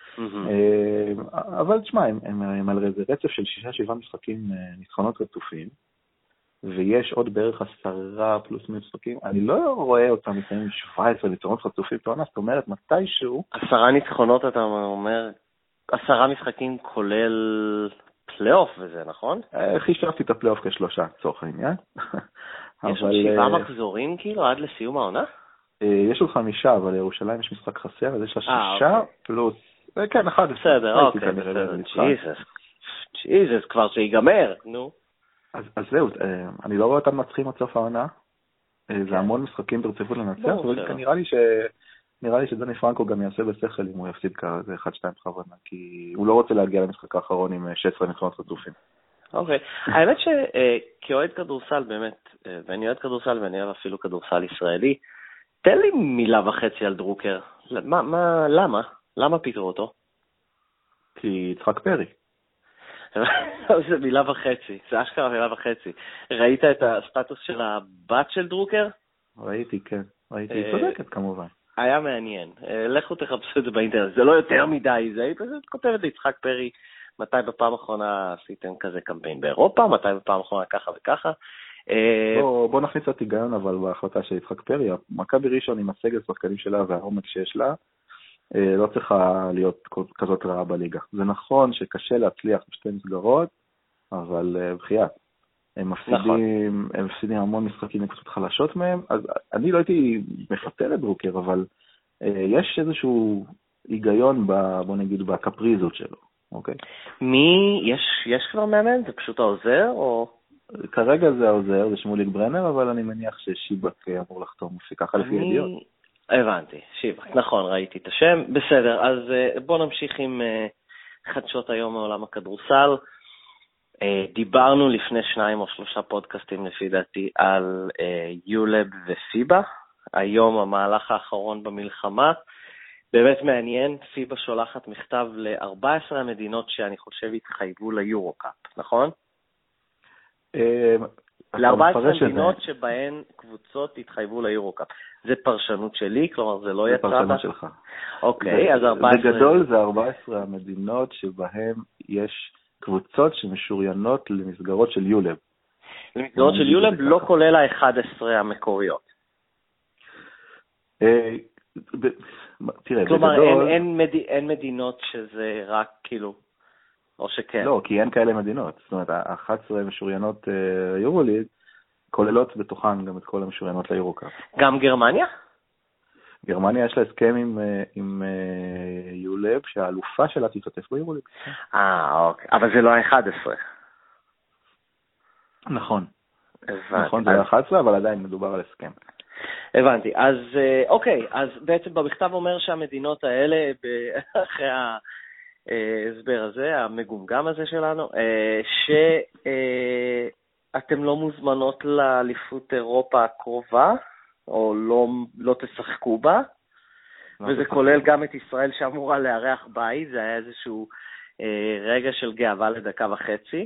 אבל תשמע, הם על איזה רצף של 6-7 משחקים ניצחונות רצופים, ויש עוד בערך 10 פלוס משחקים. אני לא רואה אותם מסיימים 17 ניצחונות רצופים, זאת אומרת, מתישהו... 10 ניצחונות, אתה אומר... 10 משחקים כולל פלייאוף וזה, נכון? חישבתי את הפלייאוף כשלושה, צורך העניין. יש עוד 7 מחזורים כאילו עד לסיום העונה? יש עוד 5, אבל לירושלים יש משחק חסר, אז יש לה 6 פלוס... כן, 11. בסדר, אוקיי, בסדר. ג'יזוס, כבר שיגמר, נו. אז זהו, אני לא רואה אותם מצחים עד סוף העונה. זה המון משחקים ברציפות לנצח, נראה לי שדני פרנקו גם יעשה בשכל אם הוא יפסיד כזה 1-2 בכוונה, כי הוא לא רוצה להגיע למשחק האחרון עם 16 ניצחונות רצופים. אוקיי. האמת שכאוהד כדורסל באמת, ואני אוהד כדורסל ואני אוהב אפילו כדורסל ישראלי, תן לי מילה וחצי על דרוקר. למה? למה פיטרו אותו? כי יצחק פרי. זה מילה וחצי, זה אשכרה מילה וחצי. ראית את הסטטוס של הבת של דרוקר? ראיתי, כן. ראיתי, צודקת כמובן. היה מעניין. לכו תחפשו את זה באינטרנט. זה לא יותר מדי, זה פשוט כותבת ליצחק פרי, מתי בפעם האחרונה עשיתם כזה קמפיין באירופה, מתי בפעם האחרונה ככה וככה. בוא נכניס את היגיון אבל בהחלטה של יצחק פרי. מכבי ראשון עם הסגל שחקנים שלה והעומק שיש לה, לא צריכה להיות כזאת רעה בליגה. זה נכון שקשה להצליח בשתי מסגרות, אבל בחייאת. הם מפסידים המון משחקים לקבוצות חלשות מהם, אז אני לא הייתי מפטר את דרוקר, אבל יש איזשהו היגיון, בוא נגיד, בקפריזות שלו, אוקיי? יש כבר מאמן? זה פשוט העוזר, או? כרגע זה העוזר, זה שמוליק ברנר, אבל אני מניח ששיבק אמור לחתום, ככה לפי ידיעות. הבנתי, שיבק, נכון, ראיתי את השם. בסדר, אז בוא נמשיך עם חדשות היום מעולם הכדורסל. דיברנו לפני 2 או 3 פודקאסטים לפי דעתי על יולב ופיבה. היום המהלך האחרון במלחמה. באמת מעניין, פיבה שולחת מכתב ל-14 המדינות שאני חושב התחייבו ליורוקאפ, נכון? ל-14 מדינות שבהן קבוצות התחייבו ליורוקאפ. זה פרשנות שלי, כלומר זה לא יצא. זה פרשנות שלך. אוקיי, אז 14... בגדול זה 14 המדינות שבהן יש קבוצות שמשוריינות למסגרות של יולב. למסגרות של יולב לא כולל ה-11 המקוריות. תראה, כלומר, בגדול... אין מדינות שזה רק כאילו, או שכן. לא, כי אין כאלה מדינות. זאת אומרת, 11 משוריינות יורוליג כוללות בתוכן גם את כל המשוריינות ליורוקאפ. גם גרמניה? גרמניה יש לה הסכם עם יולב שהאלופה שלה תשתתף ביורוליג. אוקיי. אבל זה לא ה-11. נכון. נכון, זה ה-11, אבל עדיין מדובר על הסכם. הבנתי. אז אוקיי, אז בעצם במכתב אומר שהמדינות האלה, אחרי ההסבר הזה, המגומגם הזה שלנו, שאתם לא מוזמנות לאליפות אירופה הקרובה, או לא תשחקו בה, וזה כולל גם את ישראל שאמורה לארח בית, זה היה איזשהו רגע של גאווה לדקה וחצי.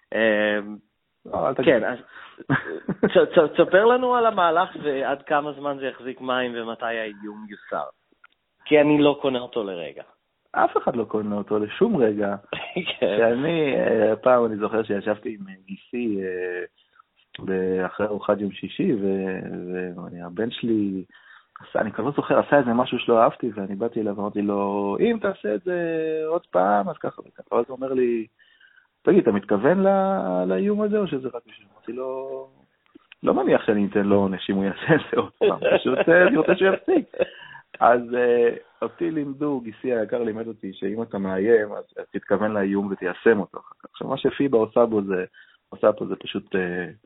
כן, אז תספר לנו על המהלך ועד כמה זמן זה יחזיק מים ומתי האיום יוסר. כי אני לא קונה אותו לרגע. אף אחד לא קונה אותו לשום רגע. שאני, פעם אני זוכר שישבתי עם גיסי אחרי ארוחת יום שישי, והבן שלי, אני כבר לא זוכר, עשה איזה משהו שלא אהבתי, ואני באתי אליו ואמרתי לו, אם תעשה את זה עוד פעם, אז ככה וככה. אז הוא אומר לי, תגיד, אתה מתכוון לאיום הזה, או שזה רק בשביל? אמרתי לו, לא מניח שאני אתן לו עונש אם הוא יעשה את זה עוד פעם, פשוט אני רוצה שהוא יפסיק. אז אותי לימדו, גיסי היקר לימד אותי, שאם אתה מאיים, אז תתכוון לאיום ותיישם אותו. עכשיו, מה שפיבה עושה פה זה פשוט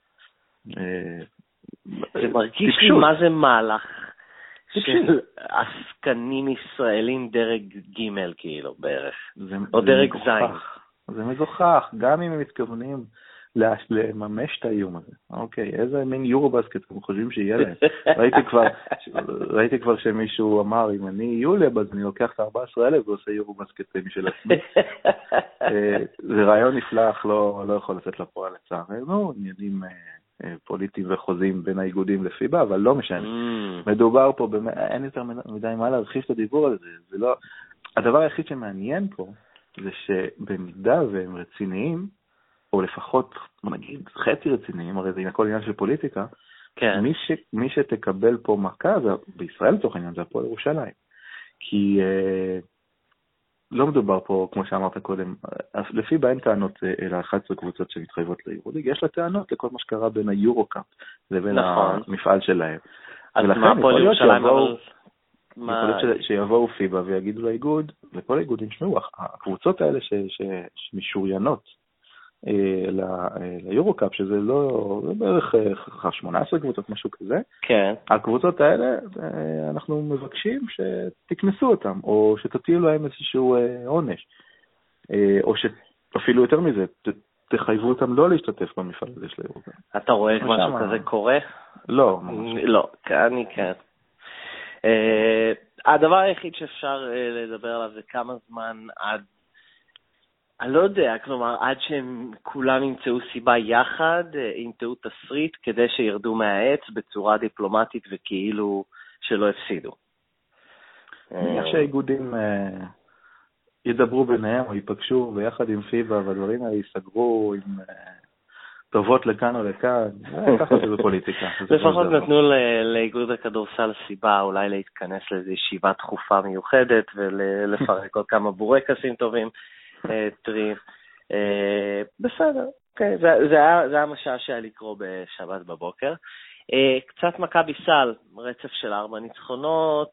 זה מרגיש לי מה זה מהלך של עסקנים ישראלים דרג ג' כאילו בערך, או דרג זין. זה מזוכח, גם אם הם מתכוונים לממש את האיום הזה. אוקיי, איזה מין יורובסקט הם חושבים שיהיה להם. ראיתי כבר שמישהו אמר, אם אני יולב, אז אני לוקח את 14,000 ועושה יורובסקט משל עצמי. זה רעיון נפלח, לא יכול לצאת לפועל לצערנו, עניינים פוליטיים וחוזים בין האיגודים לפיבה, אבל לא משנה. מדובר פה, אין יותר מדי מה להרחיב את הדיבור על זה. זה לא... הדבר היחיד שמעניין פה, זה שבמידה והם רציניים, או לפחות, נגיד, חצי רציניים, הרי זה הכל עניין של פוליטיקה, כן. מי שתקבל פה מכה, בישראל לצורך העניין, זה הפועל ירושלים. כי לא מדובר פה, כמו שאמרת קודם, לפי אין טענות ל-11 קבוצות שמתחייבות ליורוליג, יש לה טענות לכל מה שקרה בין היורוקאפ לבין המפעל שלהם. אז מה הפועל ירושלים? יכול להיות שיבואו פיבה ויגידו לאיגוד, לכל האיגודים, שמעו, הקבוצות האלה שמשוריינות ליורוקאפ, שזה לא, זה בערך 18 קבוצות, משהו כזה. כן. הקבוצות האלה, אנחנו מבקשים שתכנסו אותם, או שתטילו להם איזשהו עונש, או שאפילו יותר מזה, תחייבו אותם לא להשתתף במפעל הזה של היורוקאפ. אתה רואה משהו כזה קורה? לא. לא, אני כן. הדבר היחיד שאפשר לדבר עליו זה כמה זמן עד, אני לא יודע, כלומר עד שהם כולם ימצאו סיבה יחד, ימצאו תסריט כדי שירדו מהעץ בצורה דיפלומטית וכאילו שלא הפסידו. איך שהאיגודים ידברו ביניהם או ייפגשו ביחד עם פיבה והדברים האלה ייסגרו עם טובות לכאן או לכאן, ככה זה בפוליטיקה. לפחות נתנו לאיגוד הכדורסל סיבה אולי להתכנס לאיזו ישיבה דחופה מיוחדת ולפרק עוד כמה בורקסים טובים, טרים. בסדר, אוקיי, זה המשעה שהיה לקרוא בשבת בבוקר. קצת מכבי סל, רצף של 4 ניצחונות.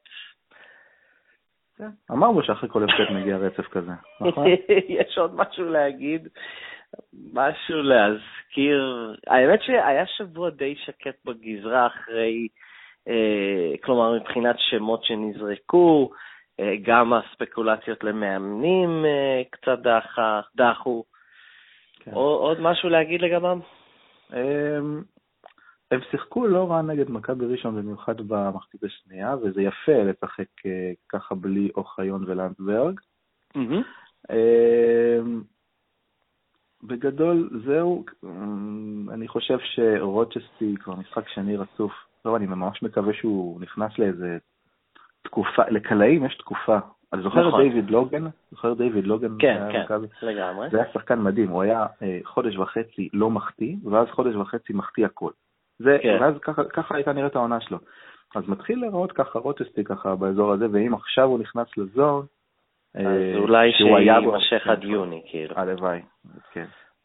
אמרנו שאחרי כל הפסד מגיע רצף כזה, נכון? יש עוד משהו להגיד. משהו להזכיר, האמת שהיה שבוע די שקט בגזרה אחרי, כלומר מבחינת שמות שנזרקו, גם הספקולציות למאמנים קצת דחו. עוד משהו להגיד לגבם? הם שיחקו לא רע נגד מכבי ראשון, במיוחד במחצית השנייה, וזה יפה לשחק ככה בלי אוחיון ולנדסברג. בגדול זהו, אני חושב שרוצ'סטי כבר משחק שני רצוף, לא, אני ממש מקווה שהוא נכנס לאיזה תקופה, לקלעים יש תקופה. אני זוכר דיוויד לוגן? כן, לגמרי. זה היה שחקן מדהים, הוא היה חודש וחצי לא מחטיא, ואז חודש וחצי מחטיא הכל. ואז ככה הייתה נראית העונה שלו. אז מתחיל לראות ככה רוטסטי ככה באזור הזה, ואם עכשיו הוא נכנס לזון, אז אולי שימשך עד יוני, כאילו. הלוואי, כן.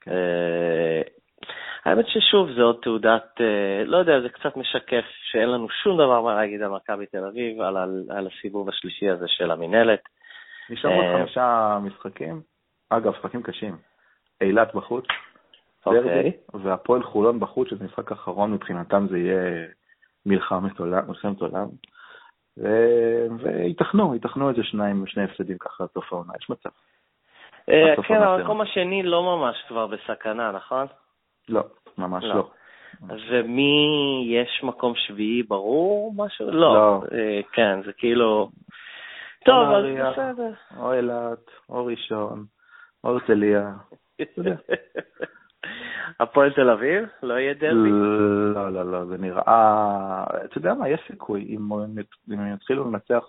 האמת ששוב זה עוד תעודת, לא יודע, זה קצת משקף שאין לנו שום דבר מה להגיד על מכבי תל אביב, על הסיבוב השלישי הזה של המנהלת. נשאר עוד 5 משחקים, אגב, משחקים קשים. אילת בחוץ, דרבי, והפועל חולון בחוץ, שזה משחק אחרון, מבחינתם זה יהיה מלחמת עולם. ויתכנו איזה שני הפסדים ככה סוף העונה, יש מצב. כן, המקום השני לא ממש כבר בסכנה, נכון? לא, ממש לא. ומי יש מקום שביעי ברור? משהו? לא. כן, זה כאילו... טוב, אז בסדר. או אילת, או ראשון, או הרצליה. הפועל תל אביב? לא יהיה דרבי? לא, זה נראה... אתה יודע מה, יש סיכוי. אם הם יתחילו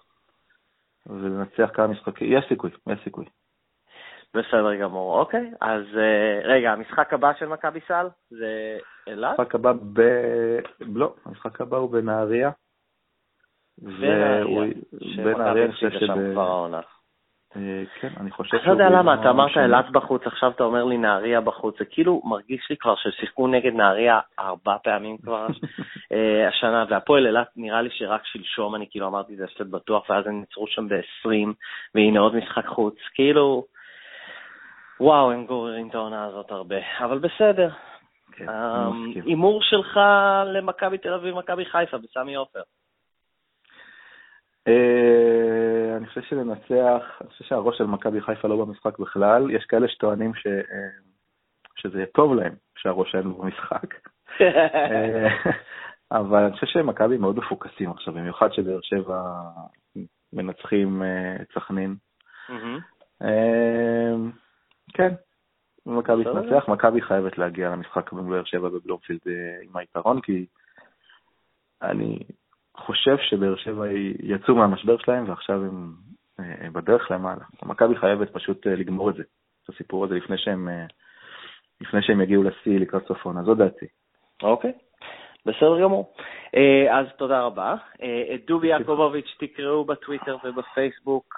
לנצח כמה משחקים, יש סיכוי. בסדר גמור, אוקיי. אז רגע, המשחק הבא של מכבי סל זה אילת? המשחק הבא הוא בנהריה. שמכבי הפסידה שם כבר העונה. כן, אני חושב אתה יודע למה, אתה אמרת אילת בחוץ, עכשיו אתה אומר לי נהריה בחוץ, זה כאילו מרגיש לי כבר ששיחקו נגד נהריה 4 פעמים כבר השנה, והפועל אילת נראה לי שרק שלשום אני כאילו אמרתי זה הפסד בטוח, ואז הם ניצרו שם ב-20, והנה עוד משחק חוץ, כאילו... וואו, הם גוררים את העונה הזאת הרבה, אבל בסדר. אימור שלך למכבי תל אביב, מכבי חיפה, בסמי עופר. אני חושב שלנצח, אני חושב שהראש של מכבי חיפה לא במשחק בכלל, יש כאלה שטוענים שזה טוב להם, שהראש שלהם במשחק. אבל אני חושב שמכבי מאוד מפוקסים עכשיו, במיוחד שבאר שבע מנצחים את סכנין. כן, מכבי תנצח, מכבי חייבת להגיע למשחק בבאר שבע בבלומפילד עם היתרון, כי אני חושב שבאר שבע יצאו מהמשבר שלהם, ועכשיו הם בדרך למעלה. מכבי חייבת פשוט לגמור את זה, את הסיפור הזה, לפני שהם יגיעו לשיא לקראת סוף העונה, זו דעתי. אוקיי, בסדר גמור. אז תודה רבה. את דובי יעקובוביץ' תקראו בטוויטר ובפייסבוק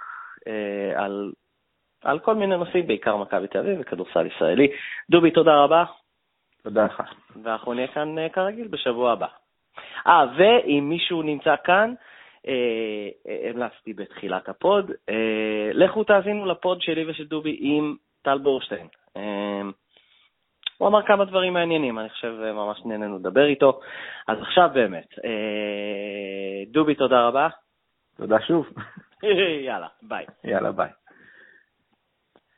על כל מיני נושאים, בעיקר מכבי תל אביב וכדורסל ישראלי. דובי, תודה רבה. תודה לך. ואנחנו נהיה כאן כרגיל בשבוע הבא. ואם מישהו נמצא כאן, המלצתי בתחילת הפוד, לכו תאזינו לפוד שלי ושל דובי עם טל בורשטיין. הוא אמר כמה דברים מעניינים, אני חושב ממש נהנינו לדבר איתו. אז עכשיו באמת, דובי, תודה רבה. תודה שוב. יאללה, ביי. יאללה, ביי.